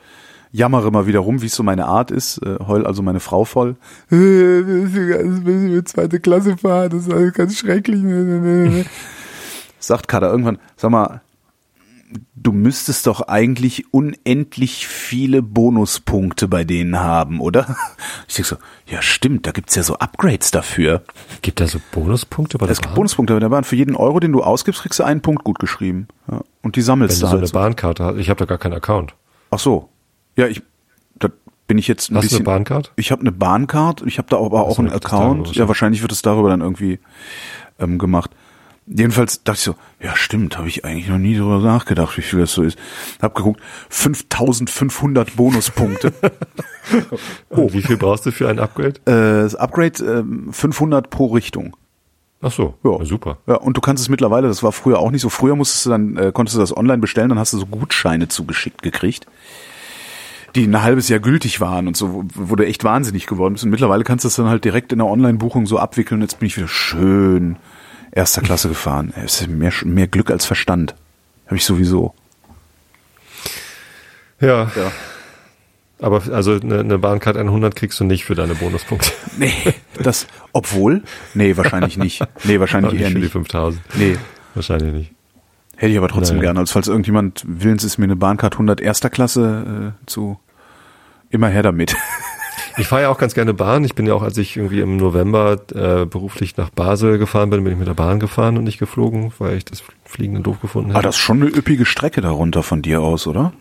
jammere mal wieder rum, wie es so meine Art ist, äh, heul also meine Frau voll. Das ist mit zweite Klasse fahren, das ist alles ganz schrecklich. Sagt Kader irgendwann, sag mal, du müsstest doch eigentlich unendlich viele Bonuspunkte bei denen haben, oder? Ich denke so, ja stimmt, da gibt's ja so Upgrades dafür. Gibt da so Bonuspunkte bei der Es gibt Bahn? Bonuspunkte bei der Bahn. Für jeden Euro, den du ausgibst, kriegst du einen Punkt gut geschrieben. Ja. Und die sammelst Wenn du du so halt. eine Bahnkarte hast. Ich habe da gar keinen Account. Ach so. Ja, ich, da bin ich jetzt ein Hast bisschen. du eine Bahncard? Ich habe eine Bahncard, ich habe da aber auch so, einen wird das Account. darüber Ja, wahrscheinlich wird es darüber dann irgendwie ähm, gemacht. Jedenfalls dachte ich so, ja stimmt, habe ich eigentlich noch nie darüber nachgedacht, wie viel das so ist. Hab geguckt, fünftausendfünfhundert Bonuspunkte. Oh. Wie viel brauchst du für ein Upgrade? Äh, das Upgrade äh, fünfhundert pro Richtung. Ach so, Ja. ja, super. Ja, und du kannst es mittlerweile, das war früher auch nicht so, früher musstest du dann, äh, konntest du das online bestellen, dann hast du so Gutscheine zugeschickt gekriegt, die ein halbes Jahr gültig waren und so, wo, wo du echt wahnsinnig geworden bist. Und mittlerweile kannst du es dann halt direkt in der Online-Buchung so abwickeln. Jetzt bin ich wieder schön erster Klasse gefahren. Es ist mehr, mehr Glück als Verstand. Habe ich sowieso. Ja. Ja. Aber also eine, eine Bahncard hundert kriegst du nicht für deine Bonuspunkte. Nee, das, obwohl, nee, wahrscheinlich nicht. Nee, wahrscheinlich Auch nicht eher für die nicht. fünftausend. Nee, Wahrscheinlich nicht. hätte ich aber trotzdem Naja. gerne. Also falls irgendjemand willens ist, mir eine Bahncard hundert erster Klasse äh, zu, immer her damit. Ich fahre ja auch ganz gerne Bahn. Ich bin ja auch, als ich irgendwie im November äh, beruflich nach Basel gefahren bin, bin ich mit der Bahn gefahren und nicht geflogen, weil ich das Fliegen dann doof gefunden Aber habe. das ist schon eine üppige Strecke darunter von dir aus, oder?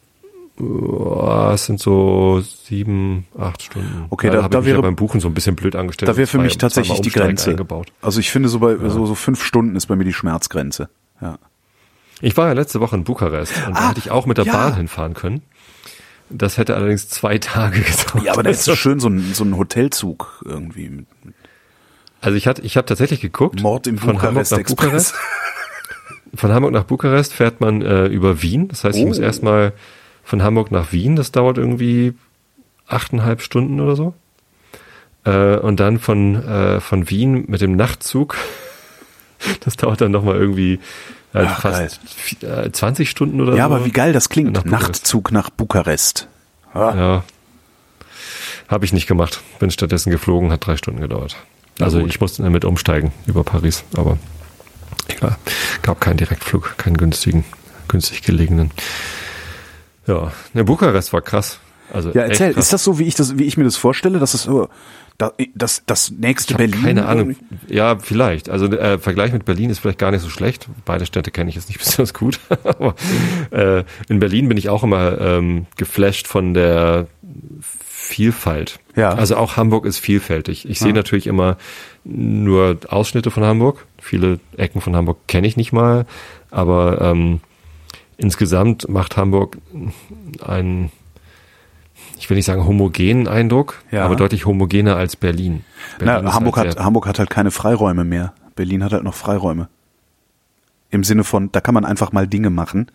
Oh, es sind so sieben, acht Stunden. Okay, ja, da- habe da ich mich wäre- ja beim Buchen so ein bisschen blöd angestellt. Da wäre für Zwei- mich tatsächlich zweimal die Umsteigen Grenze. eingebaut. Also ich finde so bei so, so fünf Stunden ist bei mir die Schmerzgrenze. Ja. Ich war ja letzte Woche in Bukarest und da Ah, hätte ich auch mit der ja. Bahn hinfahren können. Das hätte allerdings zwei Tage gedauert. Ja, aber da ist so schön so ein, so ein Hotelzug irgendwie mit Also ich hatte, ich habe tatsächlich geguckt. Mord im von Hamburg Bukarest nach Express. Bukarest. Von Hamburg nach Bukarest fährt man äh, über Wien. Das heißt, ich Oh. muss erstmal von Hamburg nach Wien. Das dauert irgendwie achteinhalb Stunden oder so. Äh, und dann von äh, von Wien mit dem Nachtzug. Das dauert dann nochmal irgendwie äh, Ach, fast äh, zwanzig Stunden oder so. Ja, aber wie geil das klingt. Nach Bukarest. Nachtzug nach Bukarest. Ah. Ja. Habe ich nicht gemacht. Bin stattdessen geflogen, hat drei Stunden gedauert. Also gut. ich musste damit umsteigen über Paris, aber egal. Gab keinen Direktflug, keinen günstigen, günstig gelegenen. Ja, ne, Bukarest war krass. Also Ja, erzähl, echt krass. ist das so, wie ich das, wie ich mir das vorstelle, dass es so, da, das, das nächste Ich habe Berlin? keine Ahnung. Ja, vielleicht. Also äh, Vergleich mit Berlin ist vielleicht gar nicht so schlecht. Beide Städte kenne ich jetzt nicht besonders gut. Aber äh, in Berlin bin ich auch immer ähm, geflasht von der Vielfalt. Ja. Also auch Hamburg ist vielfältig. Ich sehe Ja. natürlich immer nur Ausschnitte von Hamburg. Viele Ecken von Hamburg kenne ich nicht mal. Aber ähm, insgesamt macht Hamburg einen, ich will nicht sagen homogenen Eindruck, Ja. aber deutlich homogener als Berlin. Berlin Na, ist Hamburg halt hat, sehr- Hamburg hat halt keine Freiräume mehr. Berlin hat halt noch Freiräume. Im Sinne von, da kann man einfach mal Dinge machen,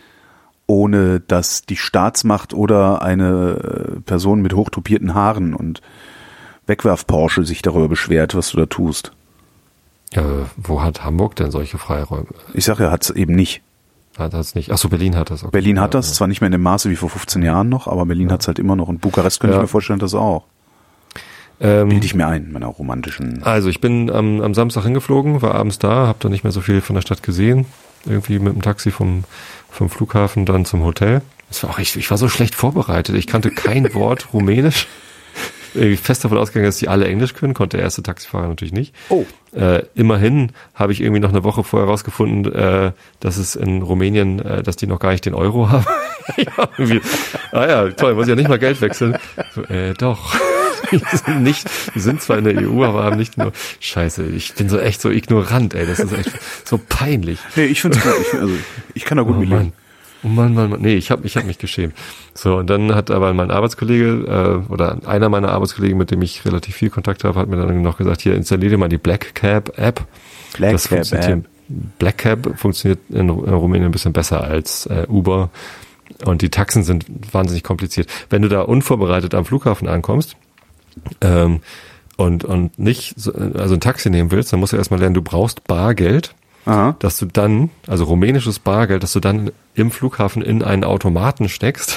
ohne dass die Staatsmacht oder eine äh, Person mit hochtupierten Haaren und Wegwerf-Porsche sich darüber beschwert, was du da tust. Ja, wo hat Hamburg denn solche Freiräume? Ich sag ja, hat's eben nicht. Hat das nicht? Ach so, Berlin hat das. Okay. Berlin hat Ja, das, ja. zwar nicht mehr in dem Maße wie vor fünfzehn Jahren noch, aber Berlin hat's halt immer noch. Und Bukarest könnte Ja. ich mir vorstellen, das auch. Ähm, Bilde ich mir ein, meiner romantischen... also ich bin am, am Samstag hingeflogen, war abends da, habe dann nicht mehr so viel von der Stadt gesehen. Irgendwie mit dem Taxi vom, vom Flughafen dann zum Hotel. Das war auch echt, ich war so schlecht vorbereitet. Ich kannte kein Wort Rumänisch. Irgendwie fest davon ausgegangen, dass die alle Englisch können, konnte der erste Taxifahrer natürlich nicht. Oh. Äh, immerhin habe ich irgendwie noch eine Woche vorher rausgefunden, äh, dass es in Rumänien, äh, dass die noch gar nicht den Euro haben. Ja, irgendwie, ah ja, toll, muss ja nicht mal Geld wechseln. So, äh, doch. Die sind nicht, die sind zwar in der E U, aber haben nicht nur, scheiße, ich bin so echt so ignorant, ey, das ist echt so peinlich. Nee, ich finde es gut. Ich, also, ich kann da gut Oh mit leben. Mann. Oh Mann, Mann, Mann. Nee, ich habe ich hab mich geschämt. So, und dann hat aber mein Arbeitskollege, äh, oder einer meiner Arbeitskollegen, mit dem ich relativ viel Kontakt habe, hat mir dann noch gesagt, hier, installier dir mal die Black Cab App. Black das Cab funktioniert App. hier- Black Cab funktioniert in, in Rumänien ein bisschen besser als äh, Uber. Und die Taxen sind wahnsinnig kompliziert. Wenn du da unvorbereitet am Flughafen ankommst, ähm, und, und nicht, so, also ein Taxi nehmen willst, dann musst du erstmal lernen, du brauchst Bargeld. Aha. Dass du dann, also rumänisches Bargeld, dass du dann im Flughafen in einen Automaten steckst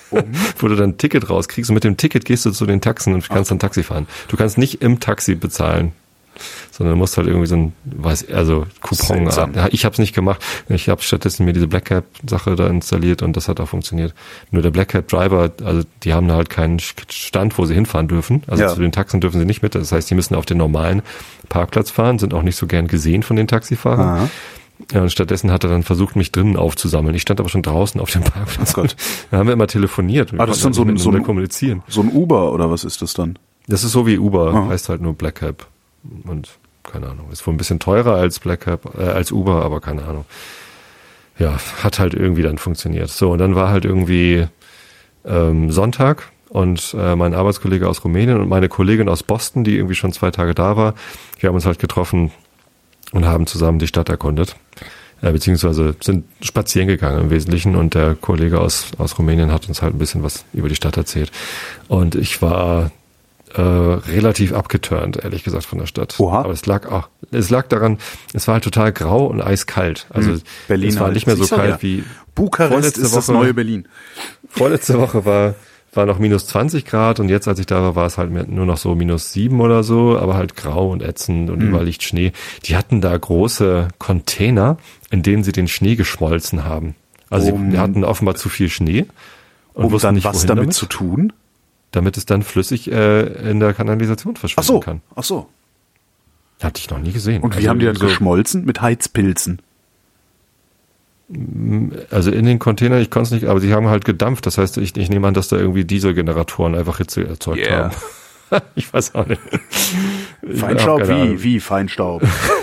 Um? Wo du dann ein Ticket rauskriegst und mit dem Ticket gehst du zu den Taxen und kannst dann Taxi fahren. Du kannst nicht im Taxi bezahlen, sondern du musst halt irgendwie so ein, weiß, also Coupon. Ja, ich habe es nicht gemacht. Ich habe stattdessen mir diese Black Cab Sache da installiert und das hat auch funktioniert. Nur der Black Cab Driver, also die haben da halt keinen Stand, wo sie hinfahren dürfen. Also ja. Zu den Taxen dürfen sie nicht mit. Das heißt, die müssen auf den normalen Parkplatz fahren, sind auch nicht so gern gesehen von den Taxifahrern. Aha. Ja, und stattdessen hat er dann versucht, mich drinnen aufzusammeln. Ich stand aber schon draußen auf dem Parkplatz. Oh Gott. Da haben wir immer telefoniert. Ah, das ist dann so ein, so, ein, kommunizieren. so ein Uber oder was ist das dann? Das ist so wie Uber, Aha. heißt halt nur Black Cab. Und keine Ahnung, ist wohl ein bisschen teurer als Black Cab, äh, als Uber, aber keine Ahnung. Ja, hat halt irgendwie dann funktioniert. So, und dann war halt irgendwie ähm, Sonntag und äh, mein Arbeitskollege aus Rumänien und meine Kollegin aus Boston, die irgendwie schon zwei Tage da war, wir haben uns halt getroffen und haben zusammen die Stadt erkundet. Äh, beziehungsweise sind spazieren gegangen im Wesentlichen und der Kollege aus, aus Rumänien hat uns halt ein bisschen was über die Stadt erzählt. Und ich war äh, relativ abgeturnt, ehrlich gesagt, von der Stadt. Oha. Aber es lag auch, es lag daran, es war halt total grau und eiskalt. Also hm. Berlin es war halt. nicht mehr so kalt ja. wie Bukarest ist Woche, das neue Berlin. Vorletzte Woche war war noch minus zwanzig Grad und jetzt, als ich da war, war es halt nur noch so minus sieben oder so, aber halt grau und ätzend und mhm. überall liegt Schnee. Die hatten da große Container, in denen sie den Schnee geschmolzen haben. Also um, die hatten offenbar zu viel Schnee. Und um dann nicht, was damit, damit zu tun? Damit es dann flüssig äh, in der Kanalisation verschwinden ach so, kann. Ach so. Hatte ich noch nie gesehen. Und wie also haben die dann so geschmolzen? Mit Heizpilzen? Also in den Containern, ich konnte es nicht, aber sie haben halt gedampft. Das heißt, ich, ich nehme an, dass da irgendwie Dieselgeneratoren einfach Hitze erzeugt yeah. haben. Ich weiß auch nicht. Feinstaub? Wie? Wie Feinstaub?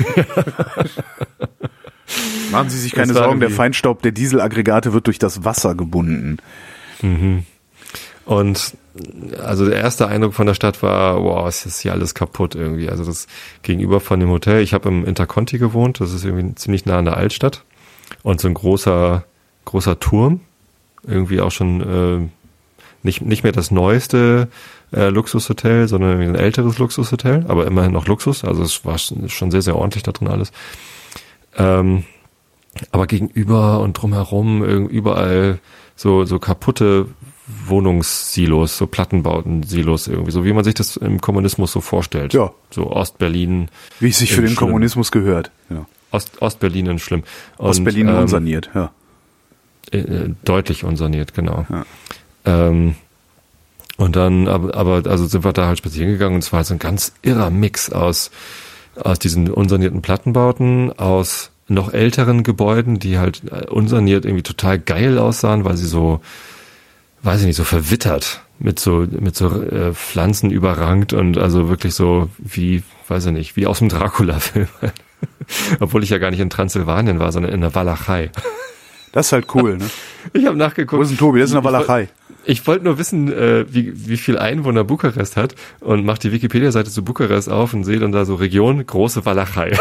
Machen Sie sich keine Sorgen, der Feinstaub der Dieselaggregate wird durch das Wasser gebunden. Mhm. Und also der erste Eindruck von der Stadt war, wow, es ist hier alles kaputt irgendwie. Also das gegenüber von dem Hotel, ich habe im Interconti gewohnt, das ist irgendwie ziemlich nah an der Altstadt. Und so ein großer, großer Turm, irgendwie auch schon äh, nicht nicht mehr das neueste äh, Luxushotel, sondern ein älteres Luxushotel, aber immerhin noch Luxus, also es war schon sehr, sehr ordentlich da drin alles. Ähm, aber gegenüber und drumherum überall so so kaputte Wohnungssilos, so Plattenbauten-Silos irgendwie, so wie man sich das im Kommunismus so vorstellt. Ja. So Ostberlin. Wie es sich für den schlimm. Kommunismus gehört, ja. Ost, Ostberlin in schlimm. Und, Ostberlin ähm, unsaniert, ja. Äh, deutlich unsaniert, genau. Ja. Ähm, und dann, aber, aber, also sind wir da halt spazieren gegangen und es war halt so ein ganz irrer Mix aus, aus diesen unsanierten Plattenbauten, aus noch älteren Gebäuden, die halt unsaniert irgendwie total geil aussahen, weil sie so, weiß ich nicht, so verwittert, mit so, mit so äh, Pflanzen überrankt und also wirklich so wie, weiß ich nicht, wie aus dem Dracula-Film. Obwohl ich ja gar nicht in Transsilvanien war, sondern in der Walachei. Das ist halt cool, ne? Ich habe nachgeguckt. Wo ist denn Tobi? Das ist in der Walachei. Ich wollte nur wissen, äh, wie, wie viel Einwohner Bukarest hat und mach die Wikipedia-Seite zu Bukarest auf und sehe dann da so Region, große Walachei.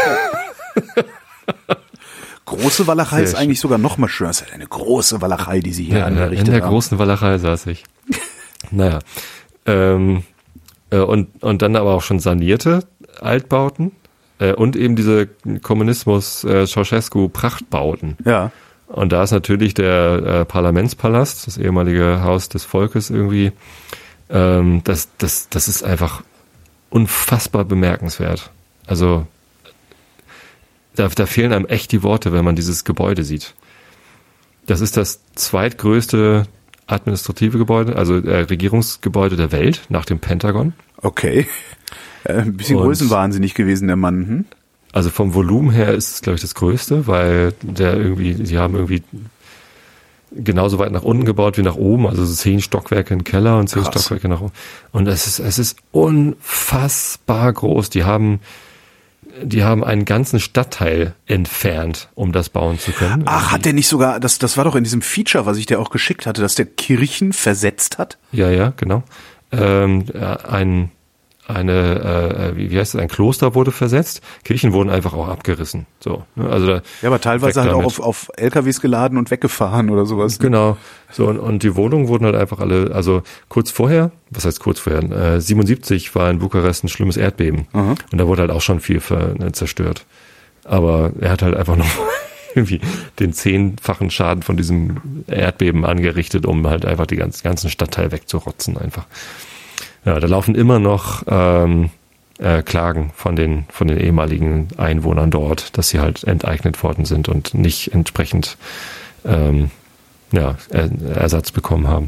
Große Walachei Sehr ist eigentlich sogar noch mal schöner. Das ist eine große Walachei, die sie hier ja, anrichtet haben. In der haben. großen Walachei saß ich. Naja. Ähm, äh, und, und dann aber auch schon sanierte Altbauten. Und eben diese Kommunismus äh, Ceausescu-Prachtbauten. Ja. Und da ist natürlich der äh, Parlamentspalast, das ehemalige Haus des Volkes irgendwie, ähm, das, das, das ist einfach unfassbar bemerkenswert. Also da, da fehlen einem echt die Worte, wenn man dieses Gebäude sieht. Das ist das zweitgrößte administrative Gebäude, also äh, Regierungsgebäude der Welt nach dem Pentagon. Okay. Äh, ein bisschen und, größenwahnsinnig gewesen, der Mann. Hm? Also vom Volumen her ist es, glaube ich, das Größte, weil der irgendwie, sie haben irgendwie genauso weit nach unten gebaut wie nach oben, also zehn Stockwerke im Keller und zehn Krass. Stockwerke nach oben. Und es ist, es ist unfassbar groß. Die haben, die haben einen ganzen Stadtteil entfernt, um das bauen zu können. Ach, hat der nicht sogar, das, das war doch in diesem Feature, was ich dir auch geschickt hatte, dass der Kirchen versetzt hat? Ja, ja, genau. Ähm, ein eine, äh, wie, wie heißt das, ein Kloster wurde versetzt, Kirchen wurden einfach auch abgerissen. So, ne? Also da ja, aber teilweise halt auch auf, auf L K Ws geladen und weggefahren oder sowas. Ne? Genau. So, und, und die Wohnungen wurden halt einfach alle, also kurz vorher, was heißt kurz vorher, äh, siebenundsiebzig war in Bukarest ein schlimmes Erdbeben. Aha. Und da wurde halt auch schon viel ver, ne, zerstört. Aber er hat halt einfach noch irgendwie den zehnfachen Schaden von diesem Erdbeben angerichtet, um halt einfach die ganzen, ganzen Stadtteil wegzurotzen einfach. Ja, da laufen immer noch ähm, äh, Klagen von den von den ehemaligen Einwohnern dort, dass sie halt enteignet worden sind und nicht entsprechend ähm, ja, er, Ersatz bekommen haben.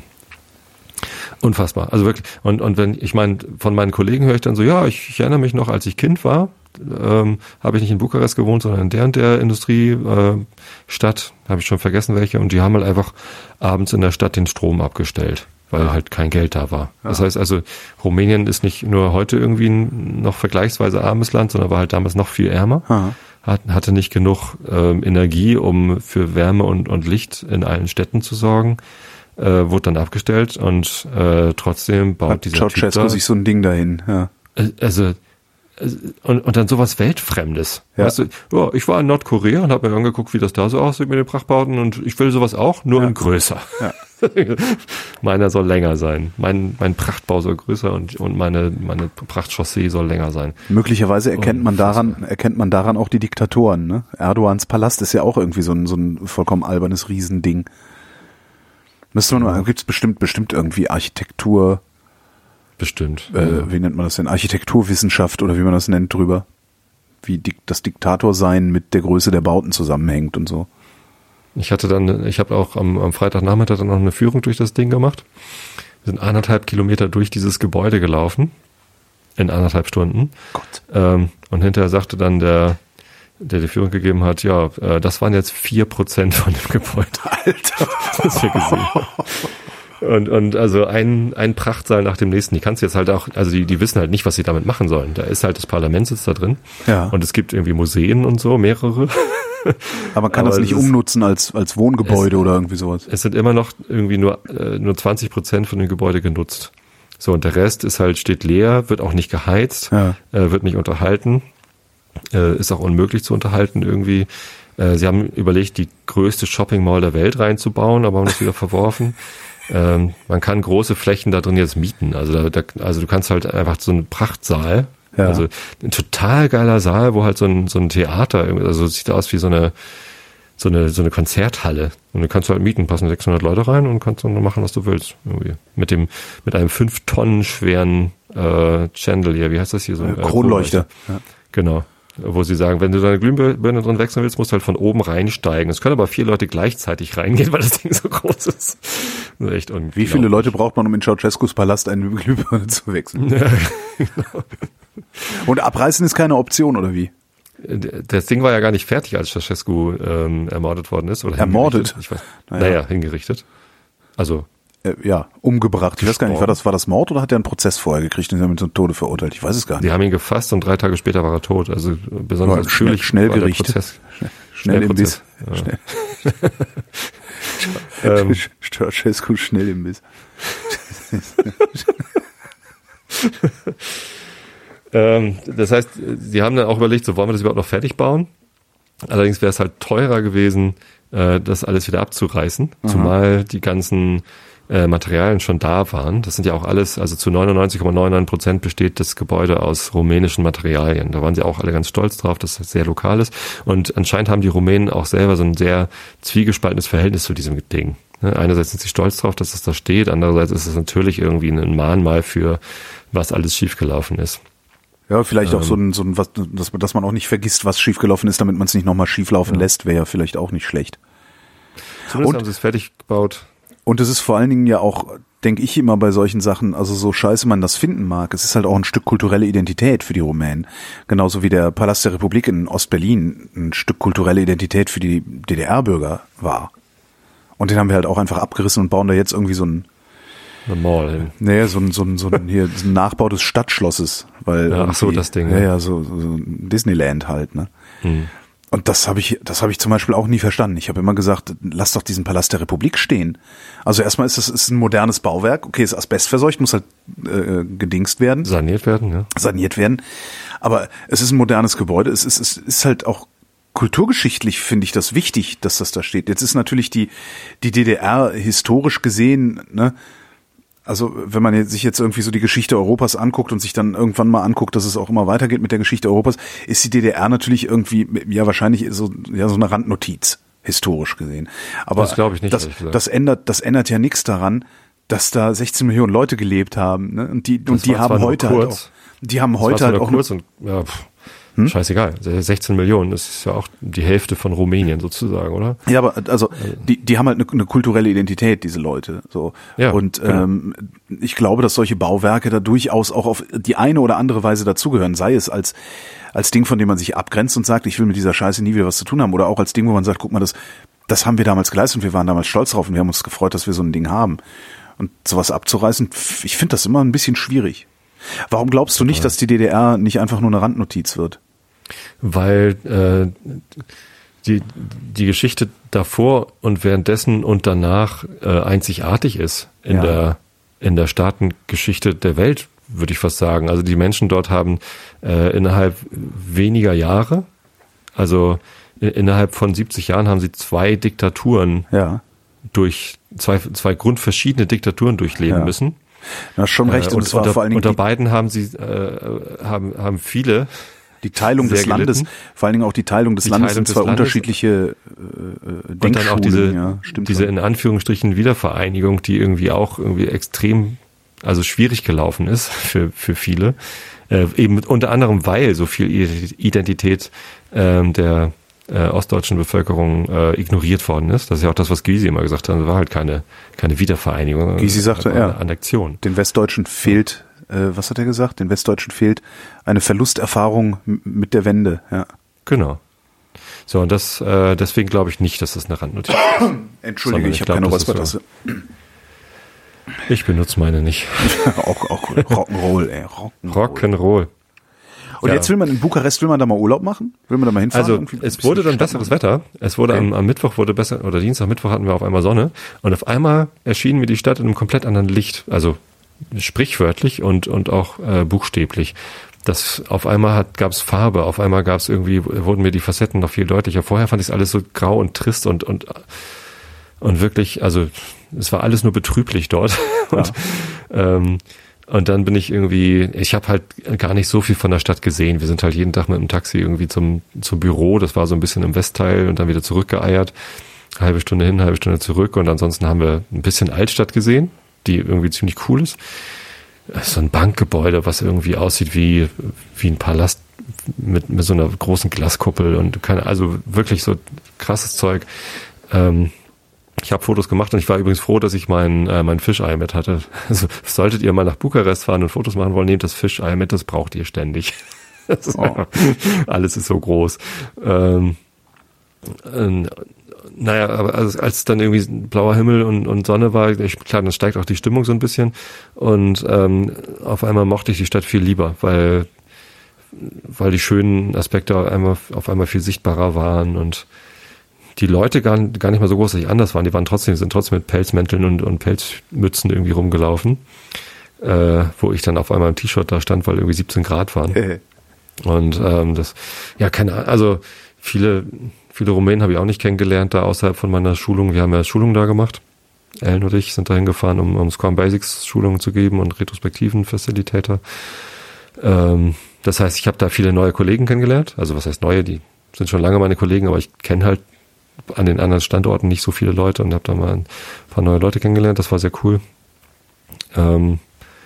Unfassbar. Also wirklich. Und und wenn ich meine, von meinen Kollegen höre ich dann so, ja, ich, ich erinnere mich noch, als ich Kind war, ähm, habe ich nicht in Bukarest gewohnt, sondern in der und der Industriestadt, äh, habe ich schon vergessen welche, und die haben halt einfach abends in der Stadt den Strom abgestellt, weil ja. halt kein Geld da war. Ja. Das heißt also, Rumänien ist nicht nur heute irgendwie ein noch vergleichsweise armes Land, sondern war halt damals noch viel ärmer. Ja. Hat, hatte nicht genug ähm, Energie, um für Wärme und, und Licht in allen Städten zu sorgen. Äh, wurde dann abgestellt und äh, trotzdem baut Hat dieser Ceausescu Typ da, sich so ein Ding dahin. Ja. Also und, und dann sowas Weltfremdes. Ja. Weißt du, ja, ich war in Nordkorea und habe mir angeguckt, wie das da so aussieht mit den Prachtbauten, und ich will sowas auch, nur ja. in größer. Ja. Meiner soll länger sein. Mein mein Prachtbau soll größer und und meine meine Prachtchaussee soll länger sein. Möglicherweise erkennt man daran erkennt man daran auch die Diktatoren. Ne? Erdogans Palast ist ja auch irgendwie so ein so ein vollkommen albernes Riesending. Müsste man mal, gibt's bestimmt bestimmt irgendwie Architektur. Bestimmt. Äh, ja. Wie nennt man das denn? Architekturwissenschaft oder wie man das nennt drüber. Wie dik- das Diktatorsein mit der Größe der Bauten zusammenhängt und so. Ich hatte dann, ich habe auch am, am Freitagnachmittag dann noch eine Führung durch das Ding gemacht. Wir sind anderthalb Kilometer durch dieses Gebäude gelaufen. In anderthalb Stunden. Gott. Ähm, und hinterher sagte dann der, der die Führung gegeben hat, ja, äh, das waren jetzt vier Prozent von dem Gebäude. Alter. Das wir gesehen. Und, und also ein, ein Prachtsaal nach dem nächsten. Die kannst du jetzt halt auch, also die, die wissen halt nicht, was sie damit machen sollen. Da ist halt das Parlament sitzt da drin. Ja. Und es gibt irgendwie Museen und so, mehrere. Aber man kann Aber das nicht umnutzen als, als Wohngebäude es, oder irgendwie sowas. Es sind immer noch irgendwie nur, äh, nur zwanzig Prozent von dem Gebäude genutzt. So, und der Rest ist halt, steht leer, wird auch nicht geheizt, ja. äh, wird nicht unterhalten, äh, ist auch unmöglich zu unterhalten irgendwie. Äh, sie haben überlegt, die größte Shopping Mall der Welt reinzubauen, aber haben das wieder verworfen. Ähm, man kann große Flächen da drin jetzt mieten. Also, da, da, also du kannst halt einfach so einen Prachtsaal, ja. also ein total geiler Saal, wo halt so ein, so ein Theater, also sieht aus wie so eine, so eine, so eine Konzerthalle. Und du kannst halt mieten, passen sechshundert Leute rein und kannst dann machen, was du willst. Irgendwie. Mit dem, mit einem fünf Tonnen schweren äh, Chandelier, wie heißt das hier? So, äh, Kronleuchter. Kronleuchter. Ja. Genau. Wo sie sagen, wenn du deine Glühbirne drin wechseln willst, musst du halt von oben reinsteigen. Es können aber vier Leute gleichzeitig reingehen, weil das Ding so groß ist. Das ist echt unglaublich. Wie viele Leute braucht man, um in Ceausescus Palast eine Glühbirne zu wechseln? Ja, genau. Und abreißen ist keine Option, oder wie? Das Ding war ja gar nicht fertig, als Ceausescu ähm, ermordet worden ist. Oder ermordet? Ich weiß, naja. naja, hingerichtet. Also äh, ja, umgebracht. Ich weiß gar nicht, war das, war das Mord oder hat er einen Prozess vorher gekriegt und ist damit zum Tode verurteilt? Ich weiß es gar nicht. Die haben ihn gefasst und drei Tage später war er tot. Also besonders als schnell, schnell gerichtet. Schnell, schnell im Biss. Ja. Schnell. Ceausescu schnell im Biss. ähm, das heißt, sie haben dann auch überlegt, so wollen wir das überhaupt noch fertig bauen? Allerdings wäre es halt teurer gewesen, äh, das alles wieder abzureißen, mhm. zumal die ganzen äh, Materialien schon da waren. Das sind ja auch alles, also zu neunundneunzig Komma neunundneunzig Prozent besteht das Gebäude aus rumänischen Materialien. Da waren sie auch alle ganz stolz drauf, dass das sehr lokal ist. Und anscheinend haben die Rumänen auch selber so ein sehr zwiegespaltenes Verhältnis zu diesem Ding. Einerseits sind sie stolz drauf, dass es da steht, andererseits ist es natürlich irgendwie ein Mahnmal für, was alles schiefgelaufen ist. Ja, vielleicht ähm, auch so ein, so ein was, dass, dass man auch nicht vergisst, was schiefgelaufen ist, damit man es nicht nochmal schieflaufen ja. lässt, wäre ja vielleicht auch nicht schlecht. Zumindest und, haben sie es fertig gebaut. Und es ist vor allen Dingen ja auch, denke ich immer bei solchen Sachen, also so scheiße man das finden mag, es ist halt auch ein Stück kulturelle Identität für die Rumänen. Genauso wie der Palast der Republik in Ostberlin ein Stück kulturelle Identität für die D D R-Bürger war. Und den haben wir halt auch einfach abgerissen und bauen da jetzt irgendwie so ein Eine Mall hin. Nee, so ein, so ein, so ein, hier, so ein Nachbau des Stadtschlosses. Weil ja, ach so, das Ding. Ja, ja, so, so Disneyland halt, ne. Hm. Und das habe ich, das habe ich zum Beispiel auch nie verstanden. Ich habe immer gesagt, lass doch diesen Palast der Republik stehen. Also erstmal ist das ist ein modernes Bauwerk. Okay, ist asbestverseucht, muss halt äh, gedingst werden. Saniert werden, ja. Saniert werden. Aber es ist ein modernes Gebäude. Es ist, es ist halt auch kulturgeschichtlich, finde ich das wichtig, dass das da steht. Jetzt ist natürlich die, die D D R historisch gesehen, ne, Also wenn man jetzt, sich jetzt irgendwie so die Geschichte Europas anguckt und sich dann irgendwann mal anguckt, dass es auch immer weitergeht mit der Geschichte Europas, ist die D D R natürlich irgendwie, ja wahrscheinlich so, ja, so eine Randnotiz, historisch gesehen. Aber das glaube ich nicht. Das, das ändert, das ändert ja nichts daran, dass da sechzehn Millionen Leute gelebt haben, ne? Und die, und die haben heute halt auch, die haben heute halt auch kurz und, ja, pff. Hm? Scheißegal, sechzehn Millionen, das ist ja auch die Hälfte von Rumänien sozusagen, oder? Ja, aber also die die haben halt eine, eine kulturelle Identität, diese Leute. So. Ja, und genau. ähm, ich glaube, dass solche Bauwerke da durchaus auch auf die eine oder andere Weise dazugehören, sei es als als Ding, von dem man sich abgrenzt und sagt, ich will mit dieser Scheiße nie wieder was zu tun haben, oder auch als Ding, wo man sagt, guck mal, das das haben wir damals geleistet und wir waren damals stolz drauf und wir haben uns gefreut, dass wir so ein Ding haben. Und sowas abzureißen, ich finde das immer ein bisschen schwierig. Warum glaubst du nicht, dass die D D R nicht einfach nur eine Randnotiz wird? Weil äh, die die Geschichte davor und währenddessen und danach äh, einzigartig ist in ja. der in der Staatengeschichte der Welt, würde ich fast sagen. Also die Menschen dort haben äh, innerhalb weniger Jahre, also in, innerhalb von siebzig Jahren haben sie zwei Diktaturen ja. durch zwei zwei grundverschiedene Diktaturen durchleben ja. müssen. Du hast schon recht. Äh, und, und, es war unter, vor allen Dingen unter beiden haben sie äh, haben haben viele die Teilung des gelitten. Landes, vor allen Dingen auch die Teilung des die Landes Teilung sind zwei Landes. unterschiedliche äh, Denkschulen. Und dann auch diese, ja, stimmt diese schon. in Anführungsstrichen Wiedervereinigung, die irgendwie auch irgendwie extrem, also schwierig gelaufen ist für für viele. Äh, eben unter anderem, weil so viel Identität ähm, der äh, ostdeutschen Bevölkerung äh, ignoriert worden ist. Das ist ja auch das, was Gysi immer gesagt hat. Es war halt keine keine Wiedervereinigung. Gysi sagte, eine ja, Annexion. Den Westdeutschen fehlt, äh, was hat er gesagt? Den Westdeutschen fehlt eine Verlusterfahrung m- mit der Wende. Ja. Genau. So, und das, äh, deswegen glaube ich nicht, dass das eine Randnotiz ist. Entschuldige, ich, ich habe keine Räuspertasse. So. Ich benutze meine nicht. auch auch Rock'n'Roll, ey. Rock'n'Roll. Rock'n'Roll. Und ja. jetzt will man in Bukarest, will man da mal Urlaub machen? Will man da mal hinfahren? Also Irgendwie es wurde dann besseres Wetter. Es wurde okay. am, am Mittwoch wurde besser, oder Dienstag, Mittwoch hatten wir auf einmal Sonne. Und auf einmal erschien mir die Stadt in einem komplett anderen Licht. Also sprichwörtlich und und auch äh, buchstäblich. Das auf einmal hat gab's Farbe, auf einmal gab's irgendwie wurden mir die Facetten noch viel deutlicher. Vorher fand ich es alles so grau und trist und und und wirklich, also es war alles nur betrüblich dort. Ja. und, ähm, und dann bin ich irgendwie, ich habe halt gar nicht so viel von der Stadt gesehen. Wir sind halt jeden Tag mit dem Taxi irgendwie zum zum Büro. Das war so ein bisschen im Westteil und dann wieder zurückgeeiert. Halbe Stunde hin, halbe Stunde zurück. Und ansonsten haben wir ein bisschen Altstadt gesehen, die irgendwie ziemlich cool ist. So ein Bankgebäude, was irgendwie aussieht wie wie ein Palast mit mit so einer großen Glaskuppel und keine, also wirklich so krasses Zeug. Ähm, ich habe Fotos gemacht und ich war übrigens froh, dass ich mein äh, mein Fischei mit hatte. Also solltet ihr mal nach Bukarest fahren und Fotos machen wollen, nehmt das Fischei mit, das braucht ihr ständig. Das ist einfach, alles ist so groß. Ähm, äh, Naja, aber als, als dann irgendwie blauer Himmel und, und Sonne war, ich, klar, dann steigt auch die Stimmung so ein bisschen. Und ähm, auf einmal mochte ich die Stadt viel lieber, weil weil die schönen Aspekte auf einmal, auf einmal viel sichtbarer waren und die Leute gar, gar nicht mal so großartig anders waren. Die waren trotzdem, sind trotzdem mit Pelzmänteln und, und Pelzmützen irgendwie rumgelaufen, äh, wo ich dann auf einmal im T-Shirt da stand, weil irgendwie siebzehn Grad waren. Und ähm, das, ja, keine Ahnung, also viele Viele Rumänen habe ich auch nicht kennengelernt, da außerhalb von meiner Schulung. Wir haben ja Schulung da gemacht. Ellen und ich sind da hingefahren, um, um Scrum Basics Schulungen zu geben und Retrospektiven Facilitator. Ähm, das heißt, ich habe da viele neue Kollegen kennengelernt. Also was heißt neue? Die sind schon lange meine Kollegen, aber ich kenne halt an den anderen Standorten nicht so viele Leute und habe da mal ein paar neue Leute kennengelernt. Das war sehr cool. Ähm,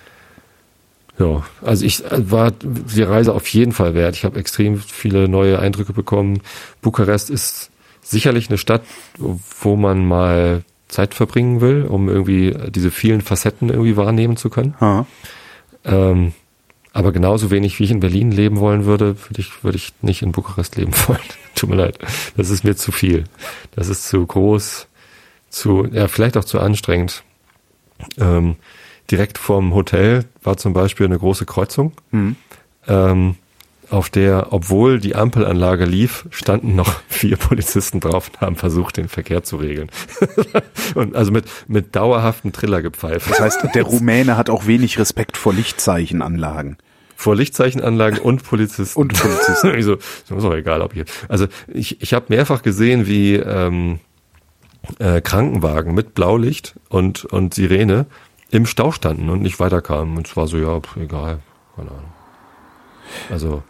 Ja, also ich war die Reise auf jeden Fall wert. Ich habe extrem viele neue Eindrücke bekommen. Bukarest ist sicherlich eine Stadt, wo man mal Zeit verbringen will, um irgendwie diese vielen Facetten irgendwie wahrnehmen zu können. Ähm, aber genauso wenig, wie ich in Berlin leben wollen würde, würde ich, würde ich nicht in Bukarest leben wollen. Tut mir leid. Das ist mir zu viel. Das ist zu groß, zu, ja, vielleicht auch zu anstrengend. Ähm, Direkt vorm Hotel war zum Beispiel eine große Kreuzung, mhm. ähm, auf der, obwohl die Ampelanlage lief, standen noch vier Polizisten drauf und haben versucht, den Verkehr zu regeln. Und also mit mit dauerhaftem Trillergepfeife. Das heißt, der Rumäne hat auch wenig Respekt vor Lichtzeichenanlagen. Vor Lichtzeichenanlagen und Polizisten. Und Polizisten. Also, ist auch egal, ob ich. Also ich ich habe mehrfach gesehen, wie ähm, äh, Krankenwagen mit Blaulicht und und Sirene im Stau standen und nicht weiterkamen. Und es war so, ja, pff, egal, keine Ahnung. Also,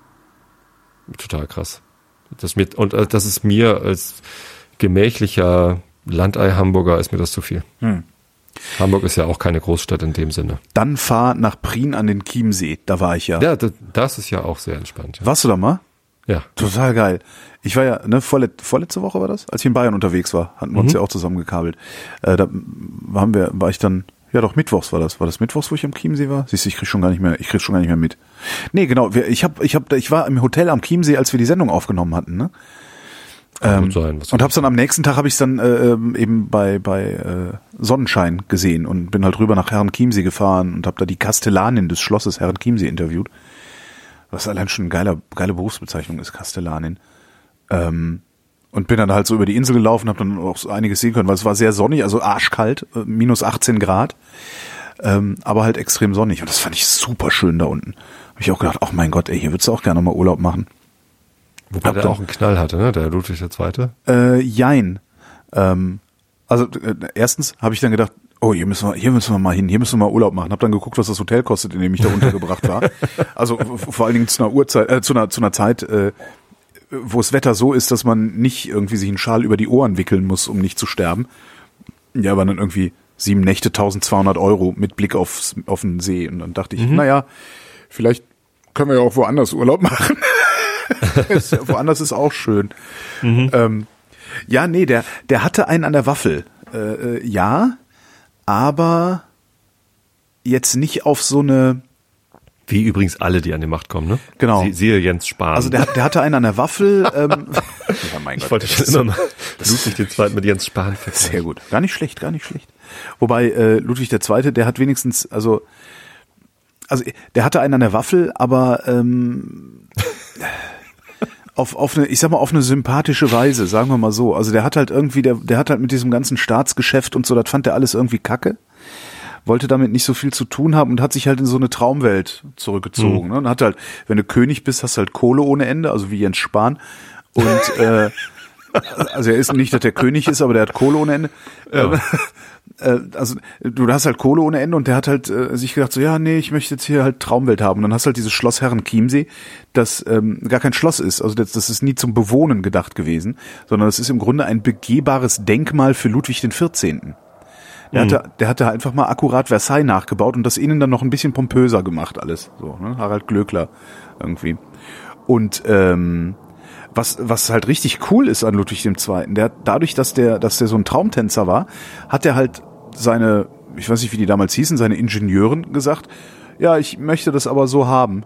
total krass. Das mit, und äh, das ist mir als gemächlicher Landei-Hamburger ist mir das zu viel. Hm. Hamburg ist ja auch keine Großstadt in dem Sinne. Dann fahr nach Prien an den Chiemsee, da war ich ja. Ja, das, das ist ja auch sehr entspannt. Ja. Warst du da mal? Ja. Total geil. Ich war ja, ne, vorlet, vorletzte Woche war das, als ich in Bayern unterwegs war, hatten wir uns mhm. ja auch zusammengekabelt. Äh, da waren wir, war ich dann, ja doch, mittwochs war das. War das mittwochs, wo ich am Chiemsee war? Siehst du, ich krieg schon gar nicht mehr, ich krieg schon gar nicht mehr mit. Nee, genau, wir, ich hab, ich hab, ich war im Hotel am Chiemsee, als wir die Sendung aufgenommen hatten, ne? Ähm, sein, und hab's dann am nächsten Tag habe ich dann äh, eben bei bei äh, Sonnenschein gesehen und bin halt rüber nach Herrenchiemsee gefahren und habe da die Kastellanin des Schlosses Herrenchiemsee interviewt. Was allein schon eine geile, geile Berufsbezeichnung ist, Kastellanin. Ähm, und bin dann halt so über die Insel gelaufen, habe dann auch so einiges sehen können, weil es war sehr sonnig, also arschkalt, äh, minus achtzehn Grad, ähm, aber halt extrem sonnig. Und das fand ich super schön da unten. Habe ich auch gedacht, ach mein Gott, ey, hier würdest du auch gerne mal Urlaub machen. Wobei der auch einen Knall hatte, ne? Der Ludwig der Zweite. Äh, jein. Ähm, also äh, erstens habe ich dann gedacht, oh, hier müssen wir, hier müssen wir mal hin, hier müssen wir mal Urlaub machen. Hab dann geguckt, was das Hotel kostet, in dem ich da untergebracht war. Also vor allen Dingen zu einer Uhrzeit, äh, zu einer zu einer Zeit, äh, wo das Wetter so ist, dass man nicht irgendwie sich einen Schal über die Ohren wickeln muss, um nicht zu sterben. Ja, aber dann irgendwie sieben Nächte, tausendzweihundert Euro mit Blick aufs, auf den See. Und dann dachte ich, mhm. naja, vielleicht können wir ja auch woanders Urlaub machen. Woanders ist auch schön. Mhm. Ähm, ja, nee, der, der hatte einen an der Waffel. Äh, äh, ja, aber jetzt nicht auf so eine... Wie übrigens alle, die an die Macht kommen, ne? Genau. Sie, siehe Jens Spahn. Also der, der hatte einen an der Waffel. Ähm, ja, mein Gott, ich wollte schon immer mal Ludwig der Zweite mit Jens Spahn vergleichen. Sehr gut. Gar nicht schlecht, gar nicht schlecht. Wobei äh, Ludwig der Zweite, der hat wenigstens, also also der hatte einen an der Waffel, aber ähm, auf auf eine, ich sag mal, auf eine sympathische Weise, sagen wir mal so. Also der hat halt irgendwie, der der hat halt mit diesem ganzen Staatsgeschäft und so, das fand der alles irgendwie kacke. Wollte damit nicht so viel zu tun haben und hat sich halt in so eine Traumwelt zurückgezogen. Mhm. Ne? Und hat halt, wenn du König bist, hast du halt Kohle ohne Ende, also wie Jens Spahn. Und äh, also er ist nicht, dass der König ist, aber der hat Kohle ohne Ende. Ja. Äh, also du hast halt Kohle ohne Ende und der hat halt äh, sich gedacht so, ja, nee, ich möchte jetzt hier halt Traumwelt haben. Und dann hast du halt dieses Schloss Herrenchiemsee, das ähm, gar kein Schloss ist. Also das, das ist nie zum Bewohnen gedacht gewesen, sondern das ist im Grunde ein begehbares Denkmal für Ludwig den Vierzehnten. Der hatte, der hatte einfach mal akkurat Versailles nachgebaut und das innen dann noch ein bisschen pompöser gemacht alles. So, ne? Harald Glöckler irgendwie. Und ähm, was was halt richtig cool ist an Ludwig dem Zweiten, der dadurch, dass der dass der so ein Traumtänzer war, hat er halt seine, ich weiß nicht, wie die damals hießen, seine Ingenieuren gesagt, ja, ich möchte das aber so haben.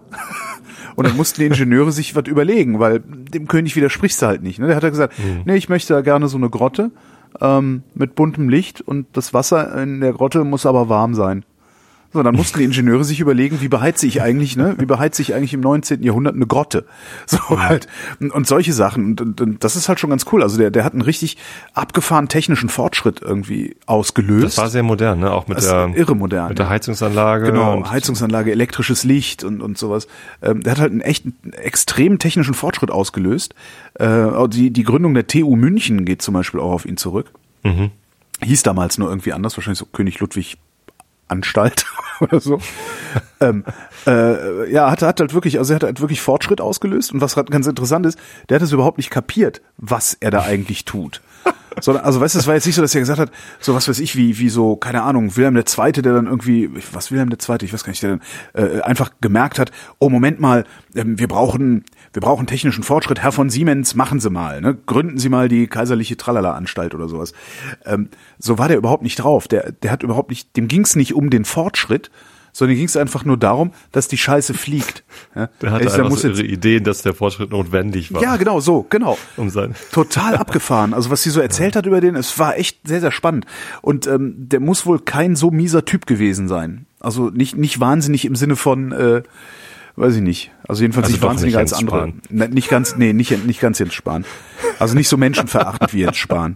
Und dann mussten die Ingenieure sich was überlegen, weil dem König widersprichst du halt nicht. Ne? Der hat ja gesagt, mhm. nee, ich möchte da gerne so eine Grotte ähm, mit buntem Licht und das Wasser in der Grotte muss aber warm sein. So, dann mussten die Ingenieure sich überlegen, wie beheize ich eigentlich, ne? Wie beheize ich eigentlich im neunzehnten Jahrhundert eine Grotte? So halt. Und, und solche Sachen. Und, und, und das ist halt schon ganz cool. Also der, der hat einen richtig abgefahrenen technischen Fortschritt irgendwie ausgelöst. Das war sehr modern, ne? Auch mit das der, irre modern, mit der Heizungsanlage. Genau, Heizungsanlage, elektrisches Licht und, und sowas. Ähm, der hat halt einen echt extremen technischen Fortschritt ausgelöst. Äh, die, die Gründung der T U München geht zum Beispiel auch auf ihn zurück. Mhm. Hieß damals nur irgendwie anders, wahrscheinlich so König Ludwig Anstalt oder so. ähm, äh, ja, hat, hat halt wirklich, also er hat halt wirklich Fortschritt ausgelöst und was ganz interessant ist, der hat es überhaupt nicht kapiert, was er da eigentlich tut. Sondern, also weißt du, es war jetzt nicht so, dass er gesagt hat, so was weiß ich, wie wie so, keine Ahnung, Wilhelm der Zweite, der dann irgendwie, was Wilhelm der Zweite, ich weiß gar nicht, der dann äh, einfach gemerkt hat, oh Moment mal, ähm, wir brauchen wir brauchen technischen Fortschritt, Herr von Siemens, machen Sie mal, ne? Gründen Sie mal die kaiserliche Tralala-Anstalt oder sowas. Ähm, so war der überhaupt nicht drauf. Der der hat überhaupt nicht, dem ging es nicht um den Fortschritt, sondern ging es einfach nur darum, dass die Scheiße fliegt. Ja? Der hatte einfach so ihre Ideen, dass der Fortschritt notwendig war. Ja, genau, so, genau. Um sein Total abgefahren. Also was sie so erzählt hat über den, es war echt sehr, sehr spannend. Und ähm, der muss wohl kein so mieser Typ gewesen sein. Also nicht nicht wahnsinnig im Sinne von, äh, weiß ich nicht. Also jedenfalls also nicht wahnsinniger als andere. Ne, nicht ganz, nee, nicht nicht ganz Jens Spahn. Also nicht so menschenverachtend wie Jens Spahn.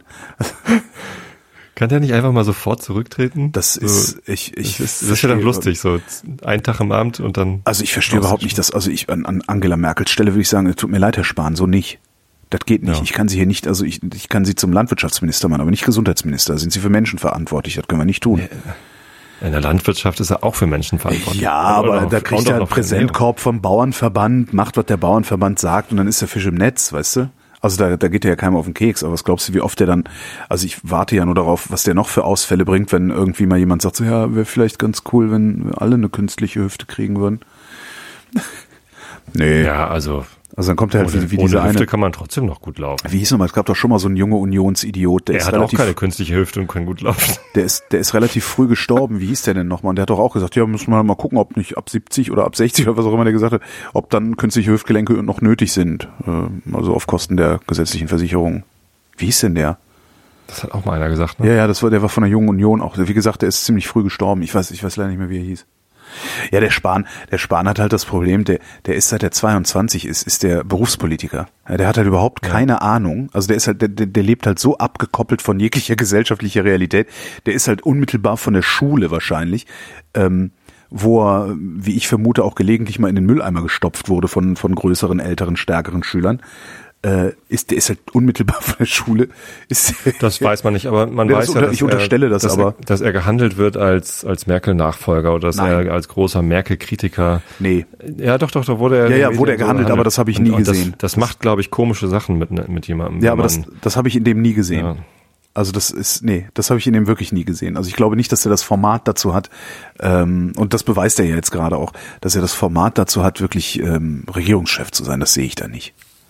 Kann der nicht einfach mal sofort zurücktreten? Das ist, ich, ich, das ist, das ist ja dann lustig, so ein Tag im Abend und dann. Also ich verstehe überhaupt nicht, dass, also ich, an, an Angela Merkels Stelle würde ich sagen, tut mir leid, Herr Spahn, so nicht. Das geht nicht. Ja. Ich kann Sie hier nicht, also ich, ich kann Sie zum Landwirtschaftsminister machen, aber nicht Gesundheitsminister. Sind Sie für Menschen verantwortlich? Das können wir nicht tun. In der Landwirtschaft ist er auch für Menschen verantwortlich. Ja, aber noch, da kriegt er einen Präsentkorb vom Bauernverband, macht, was der Bauernverband sagt und dann ist der Fisch im Netz, weißt du? Also da, da geht er ja keinem auf den Keks, aber was glaubst du, wie oft der dann, also ich warte ja nur darauf, was der noch für Ausfälle bringt, wenn irgendwie mal jemand sagt, so ja, wäre vielleicht ganz cool, wenn wir alle eine künstliche Hüfte kriegen würden. Nee. Ja, also... Also dann kommt er halt ohne, wie, wie ohne diese Hüfte eine. kann man trotzdem noch gut laufen. Wie hieß nochmal? Es gab doch schon mal so einen junge Unionsidiot, der er ist hat relativ, auch keine künstliche Hüfte und kann gut laufen. Der ist, der ist relativ früh gestorben. Wie hieß der denn nochmal? Und der hat doch auch gesagt, ja, müssen wir mal gucken, ob nicht ab siebzig oder ab sechzig oder was auch immer der gesagt hat, ob dann künstliche Hüftgelenke noch nötig sind. Also auf Kosten der gesetzlichen Versicherung. Wie hieß denn der? Das hat auch mal einer gesagt, ne? Ja, ja, das war, der war von der Jungen Union auch. Wie gesagt, der ist ziemlich früh gestorben. Ich weiß, ich weiß leider nicht mehr, wie er hieß. Ja, der Spahn, der Spahn hat halt das Problem, der, der ist seit er zweiundzwanzig ist, ist der Berufspolitiker. Ja, der hat halt überhaupt keine ja. Ahnung. Also der ist halt, der, der lebt halt so abgekoppelt von jeglicher gesellschaftlicher Realität. Der ist halt unmittelbar von der Schule wahrscheinlich, ähm, wo er, wie ich vermute, auch gelegentlich mal in den Mülleimer gestopft wurde von, von größeren, älteren, stärkeren Schülern. Ist, der ist halt unmittelbar von der Schule. Ist, das weiß man nicht, aber man ja, weiß das, ja, dass, ich unterstelle er, das dass, aber. Er, dass er gehandelt wird als, als Merkel-Nachfolger oder dass Nein. er als großer Merkel-Kritiker. Nee. Ja, doch, doch, da wurde er. Ja, ja, wurde er gehandelt, gehandelt, aber das habe ich nie und, gesehen. Und das, das macht, glaube ich, komische Sachen mit, mit jemandem. Ja, aber das, das habe ich in dem nie gesehen. Ja. Also das ist, nee, das habe ich in dem wirklich nie gesehen. Also ich glaube nicht, dass er das Format dazu hat, ähm, und das beweist er ja jetzt gerade auch, dass er das Format dazu hat, wirklich ähm, Regierungschef zu sein. Das sehe ich da nicht.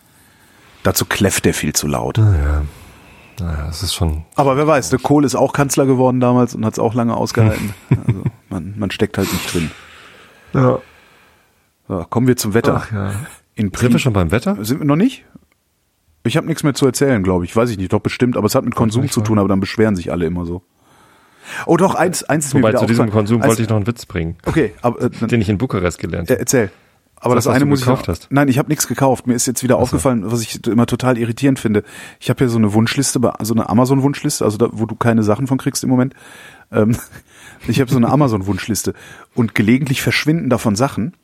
Dazu kläfft er viel zu laut. Naja, naja, das ist schon... Aber wer weiß, der Kohl ist auch Kanzler geworden damals und hat es auch lange ausgehalten. Also man, man steckt halt nicht drin. Ja. So, kommen wir zum Wetter. Ach ja. In Sind wir schon beim Wetter? Sind wir noch nicht? Ich habe nichts mehr zu erzählen, glaube ich. Weiß ich nicht, doch bestimmt. Aber es hat mit Konsum zu tun, aber dann beschweren sich alle immer so. Oh doch, eins, eins ist Wobei, mir wieder zu diesem Konsum als, wollte ich noch einen Witz bringen. Okay, aber... Äh, den ich in Bukarest gelernt habe. Äh, erzähl. Aber das, das eine du muss ich gekauft auch, hast. Nein, ich habe nichts gekauft. Mir ist jetzt wieder Ach so. aufgefallen, was ich immer total irritierend finde. Ich habe hier so eine Wunschliste, so eine Amazon-Wunschliste, also da, wo du keine Sachen von kriegst im Moment. Ähm, ich habe so eine Amazon-Wunschliste und gelegentlich verschwinden davon Sachen,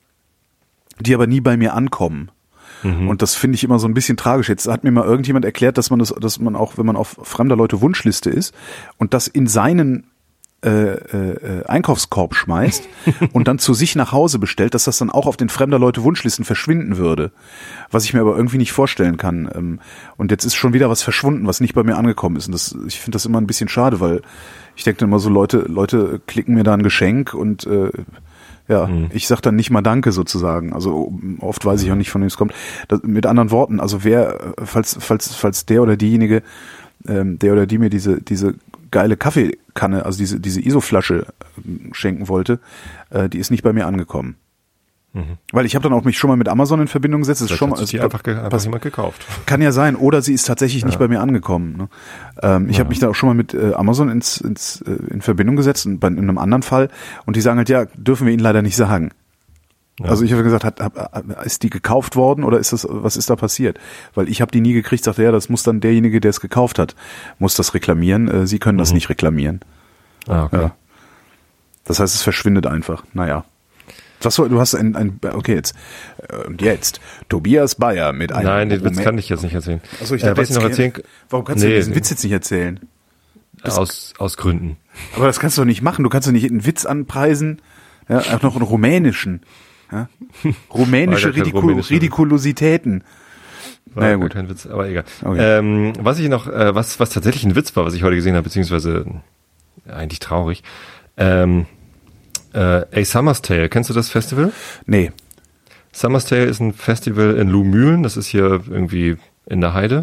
die aber nie bei mir ankommen. Mhm. Und das finde ich immer so ein bisschen tragisch. Jetzt hat mir mal irgendjemand erklärt, dass man das, dass man auch, wenn man auf fremder Leute Wunschliste ist und das in seinen Äh, äh, Einkaufskorb schmeißt und dann zu sich nach Hause bestellt, dass das dann auch auf den fremder Leute Wunschlisten verschwinden würde. Was ich mir aber irgendwie nicht vorstellen kann. Und jetzt ist schon wieder was verschwunden, was nicht bei mir angekommen ist. Und das, ich finde das immer ein bisschen schade, weil ich denke dann immer so, Leute, Leute klicken mir da ein Geschenk und äh, ja, mhm. ich sag dann nicht mal Danke sozusagen. Also oft weiß ich auch nicht, von wem es kommt. Das, mit anderen Worten, also wer, falls, falls, falls der oder diejenige, ähm, der oder die mir diese, diese geile Kaffeekanne, also diese diese I S O-Flasche schenken wollte, äh, die ist nicht bei mir angekommen. Mhm. Weil ich habe dann auch mich schon mal mit Amazon in Verbindung gesetzt. Das ist schon mal, die einfach, ge- einfach jemand gekauft. Kann ja sein. Oder sie ist tatsächlich ja. nicht bei mir angekommen. Ne? Ähm, ich ja. habe mich da auch schon mal mit äh, Amazon ins, ins, äh, in Verbindung gesetzt, und bei, in einem anderen Fall. Und die sagen halt, ja, dürfen wir Ihnen leider nicht sagen. Ja. Also ich habe gesagt, hat, hat, ist die gekauft worden oder ist das, was ist da passiert? Weil ich habe die nie gekriegt, sagte, ja, das muss dann derjenige, der es gekauft hat, muss das reklamieren. Äh, Sie können das mhm. nicht reklamieren. Ah, okay. Ja. Das heißt, es verschwindet einfach. Naja. Was soll, du hast ein, ein okay, jetzt, und jetzt, Tobias Bayer mit einem... Nein, den Witz kann ich jetzt nicht erzählen. Achso, ich äh, dachte, was ich noch erzählen warum kannst nee, du diesen Witz jetzt nicht erzählen? Das aus, aus Gründen. Aber das kannst du doch nicht machen. Du kannst doch nicht einen Witz anpreisen, ja, auch noch einen rumänischen. Ja? Rumänische Ridikul- rumänische Ridikulositäten. War naja, gut. Kein Witz, aber egal. Okay. Ähm, was ich noch, äh, was, was tatsächlich ein Witz war, was ich heute gesehen habe, beziehungsweise äh, eigentlich traurig, ähm, äh, A Summer's Tale, kennst du das Festival? Nee. Summer's Tale ist ein Festival in Luhmühlen, das ist hier irgendwie in der Heide,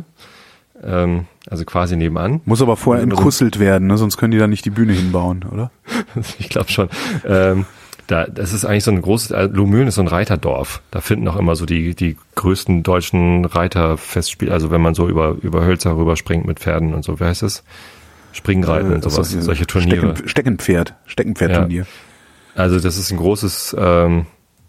ähm, also quasi nebenan. Muss aber vorher entkusselt so werden, ne? Sonst können die da nicht die Bühne hinbauen, oder? Ich glaube schon. Ähm, Da, das ist eigentlich so ein großes, also Luhmühlen ist so ein Reiterdorf. Da finden auch immer so die, die größten deutschen Reiterfestspiele, also wenn man so über, über Hölzer rüberspringt mit Pferden und so, wie heißt das? Springreiten äh, und sowas, so, solche Turniere. Stecken, Steckenpferd, Steckenpferdturnier. Ja. Also das ist ein großes, ähm,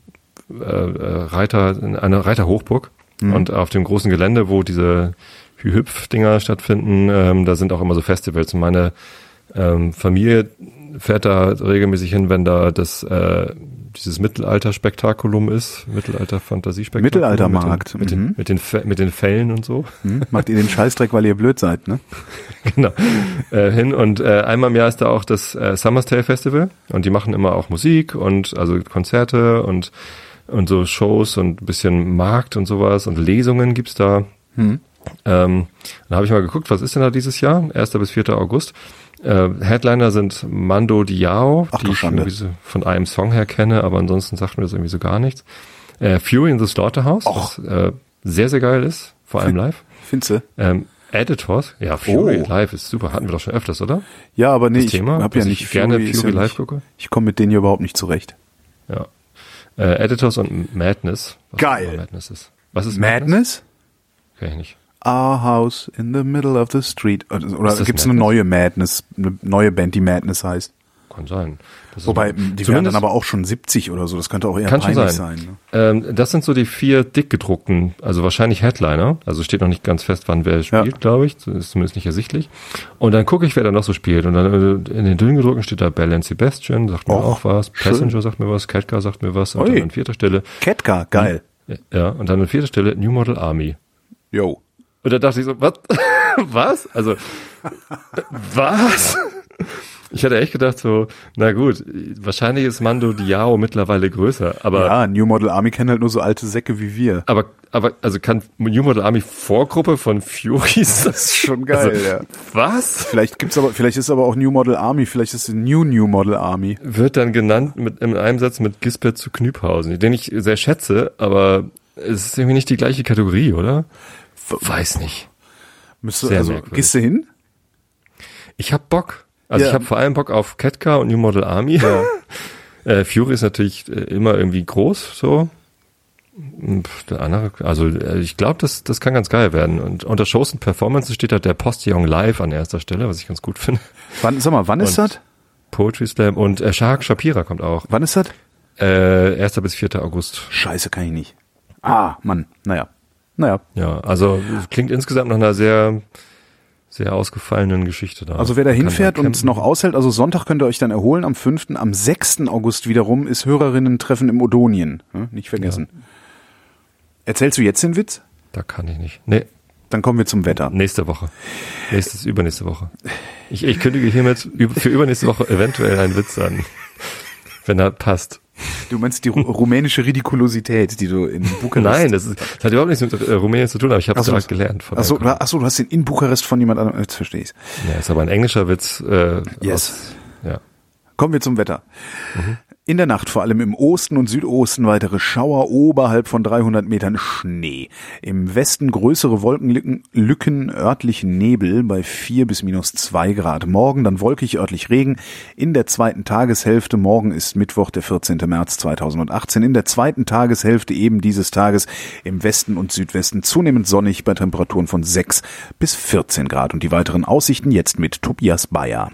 äh, Reiter, eine Reiterhochburg. Mhm. Und auf dem großen Gelände, wo diese Hü-Hüpf-Dinger stattfinden, ähm, da sind auch immer so Festivals. Und meine ähm, Familie fährt da regelmäßig hin, wenn da das äh, dieses Mittelalter-Spektakulum ist, Mittelalter-Fantasiespektakulum. Mittelaltermarkt. Mit den, mhm. mit, den, mit, den, mit den Fällen und so. Mhm. Macht ihr den Scheißdreck, weil ihr blöd seid, ne? Genau. Äh, hin und äh, einmal im Jahr ist da auch das äh, Summer's Tale Festival und die machen immer auch Musik und also Konzerte und und so Shows und ein bisschen Markt und sowas und Lesungen gibt's da. Mhm. Ähm, dann habe ich mal geguckt, was ist denn da dieses Jahr? erster bis vierter August. Äh, Headliner sind Mando Diao, Ach, die ich irgendwie so von einem Song her kenne, aber ansonsten sagt mir das irgendwie so gar nichts. Äh, Fury in the Slaughterhouse, was äh, sehr, sehr geil ist, vor allem live. Findest du? Ähm, Editors, ja, Fury Oh. live ist super, hatten wir doch schon öfters, oder? Ja, aber nee, Das ich Thema, hab ja dass nicht ich gerne ist Fury ja live nicht, gucke. Ich komme mit denen hier überhaupt nicht zurecht. Ja. Äh, Editors und Madness. Was Geil. immer Madness ist. Was ist Madness? Madness? Kenn ich nicht. Our House in the Middle of the Street. Oder Ist das gibt's eine Madness? neue Madness, eine neue Band, die Madness heißt? Kann sein. Das ist Wobei, aber- die werden zumindest- dann aber auch schon siebzig oder so. Das könnte auch eher Kann schon peinlich sein. sein. ne? Ähm, das sind so die vier dick gedruckten, also wahrscheinlich Headliner. Also steht noch nicht ganz fest, wann wer spielt, Ja. glaube ich. Das ist zumindest nicht ersichtlich. Und dann gucke ich, wer da noch so spielt. Und dann äh, in den dünn gedruckten steht da Bell and Sebastian, sagt mir Och, auch was. schön. Passenger sagt mir was. Ketka sagt mir was. Und Ui. dann an vierter Stelle, Ketka, geil. ja, und dann an vierter Stelle New Model Army. Yo. Und da dachte ich so, was? Was? Also, was? Ich hatte echt gedacht so, na gut, wahrscheinlich ist Mando Diao mittlerweile größer, aber Ja, New Model Army kennen halt nur so alte Säcke wie wir. Aber, aber, also kann New Model Army Vorgruppe von Furies? Das ist schon geil, Also, ja. Was? Vielleicht gibt's aber, vielleicht ist aber auch New Model Army, vielleicht ist es New New Model Army. Wird dann genannt mit, in einem Satz mit Gisbert zu Knüpphausen, den ich sehr schätze, aber es ist irgendwie nicht die gleiche Kategorie, oder? Weiß nicht. Müsste, Sehr also, merkwürdig. gehst du hin? Ich hab Bock. Also Ja. ich habe vor allem Bock auf Ketka und New Model Army. Ja. äh, Fury ist natürlich äh, immer irgendwie groß, so. Pff, Der andere, also äh, ich glaube, das, das kann ganz geil werden. Und unter Shows und Performances steht da der Postillon Live an erster Stelle, was ich ganz gut finde. Wann, sag mal, wann ist Und- das? Poetry Slam und äh, Shahak Shapira kommt auch. Wann ist das? Äh, erster bis vierter August. Scheiße, kann ich nicht. Ah, Mann, naja. Naja. Ja, also klingt insgesamt nach einer sehr, sehr ausgefallenen Geschichte da. Also wer da Man kann hinfährt da und es campen. noch aushält, also Sonntag könnt ihr euch dann erholen, am fünften Am sechsten August wiederum ist Hörerinnen-Treffen im Odonien. Hm, nicht vergessen. Erzählst du jetzt den Witz? Da kann ich nicht. Nee, Dann kommen wir zum Wetter. nächste Woche. Nächstes, übernächste Woche. Ich, ich kündige hiermit üb- für übernächste Woche eventuell einen Witz an. Wenn er passt. Du meinst die ru rumänische Ridikulosität, die du in Bukarest... Nein, das, ist, das hat überhaupt nichts mit äh, Rumänien zu tun, aber ich habe es Ach so, gerade gelernt. Von Achso, einem Kollegen. ach so, du hast den in Bukarest von jemand anderem... Jetzt verstehe ich's. Ja, ist aber ein englischer Witz. Äh, Yes. Aus, ja. Kommen wir zum Wetter. In der Nacht vor allem im Osten und Südosten weitere Schauer, oberhalb von dreihundert Metern Schnee. Im Westen größere Wolkenlücken, Lücken, örtlichen Nebel bei vier bis minus zwei Grad. Morgen dann wolkig, örtlich Regen. In der zweiten Tageshälfte, morgen ist Mittwoch, der vierzehnten März zweitausendachtzehn, in der zweiten Tageshälfte eben dieses Tages im Westen und Südwesten zunehmend sonnig bei Temperaturen von sechs bis vierzehn Grad. Und die weiteren Aussichten jetzt mit Tobias Bayer.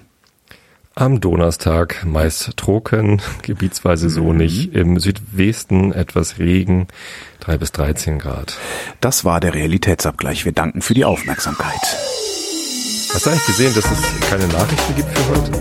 Am Donnerstag meist trocken, gebietsweise sonnig, im Südwesten etwas Regen, drei bis dreizehn Grad. Das war der Realitätsabgleich. Wir danken für die Aufmerksamkeit. Hast du eigentlich gesehen, dass es keine Nachrichten gibt für heute?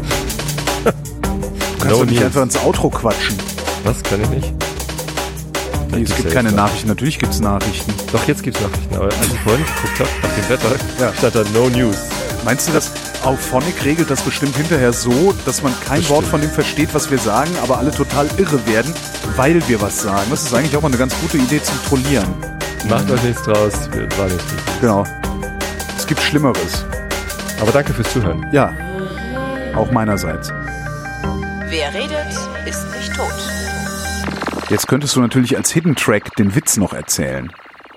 Du kannst No doch nicht news. einfach ins Outro quatschen. Was, kann ich nicht? Nee, es gibt keine Nachrichten. Natürlich gibt's Nachrichten. Doch, jetzt gibt's Nachrichten, aber als ich vorhin geguckt habe, nach dem Wetter, Ja. stand da No News. Meinst du, dass Auphonic regelt das bestimmt hinterher so, dass man kein Bestimmt. Wort von dem versteht, was wir sagen, aber alle total irre werden, weil wir was sagen? Das ist eigentlich auch mal eine ganz gute Idee zum Trollieren. Macht euch nichts draus, wir- war nicht richtig. Genau. Es gibt Schlimmeres. Aber danke fürs Zuhören. Ja. Auch meinerseits. Wer redet, ist nicht tot. Jetzt könntest du natürlich als Hidden Track den Witz noch erzählen.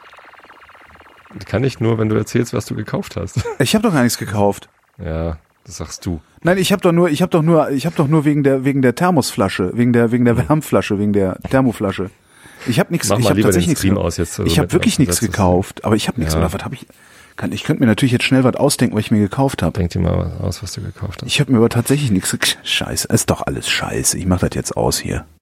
Kann ich nur, wenn du erzählst, was du gekauft hast. Ich habe doch gar nichts gekauft. Ja, das sagst du. Nein, ich habe doch nur, ich habe doch nur, ich habe doch nur wegen der wegen der Thermosflasche, wegen der wegen der Wärmflasche, wegen der Thermoflasche. Ich habe nichts, Mach ich mal habe lieber den tatsächlich nichts. Stream ge- aus jetzt, also ich habe mit wirklich nichts Sätzen. gekauft, aber ich habe nichts. Ja. Oder was habe ich? Kann, ich könnte mir natürlich jetzt schnell was ausdenken, was ich mir gekauft habe. Denk dir mal aus, was du gekauft hast. Ich habe mir aber tatsächlich nichts. ge- Scheiße, ist doch alles Scheiße. Ich mache das jetzt aus hier.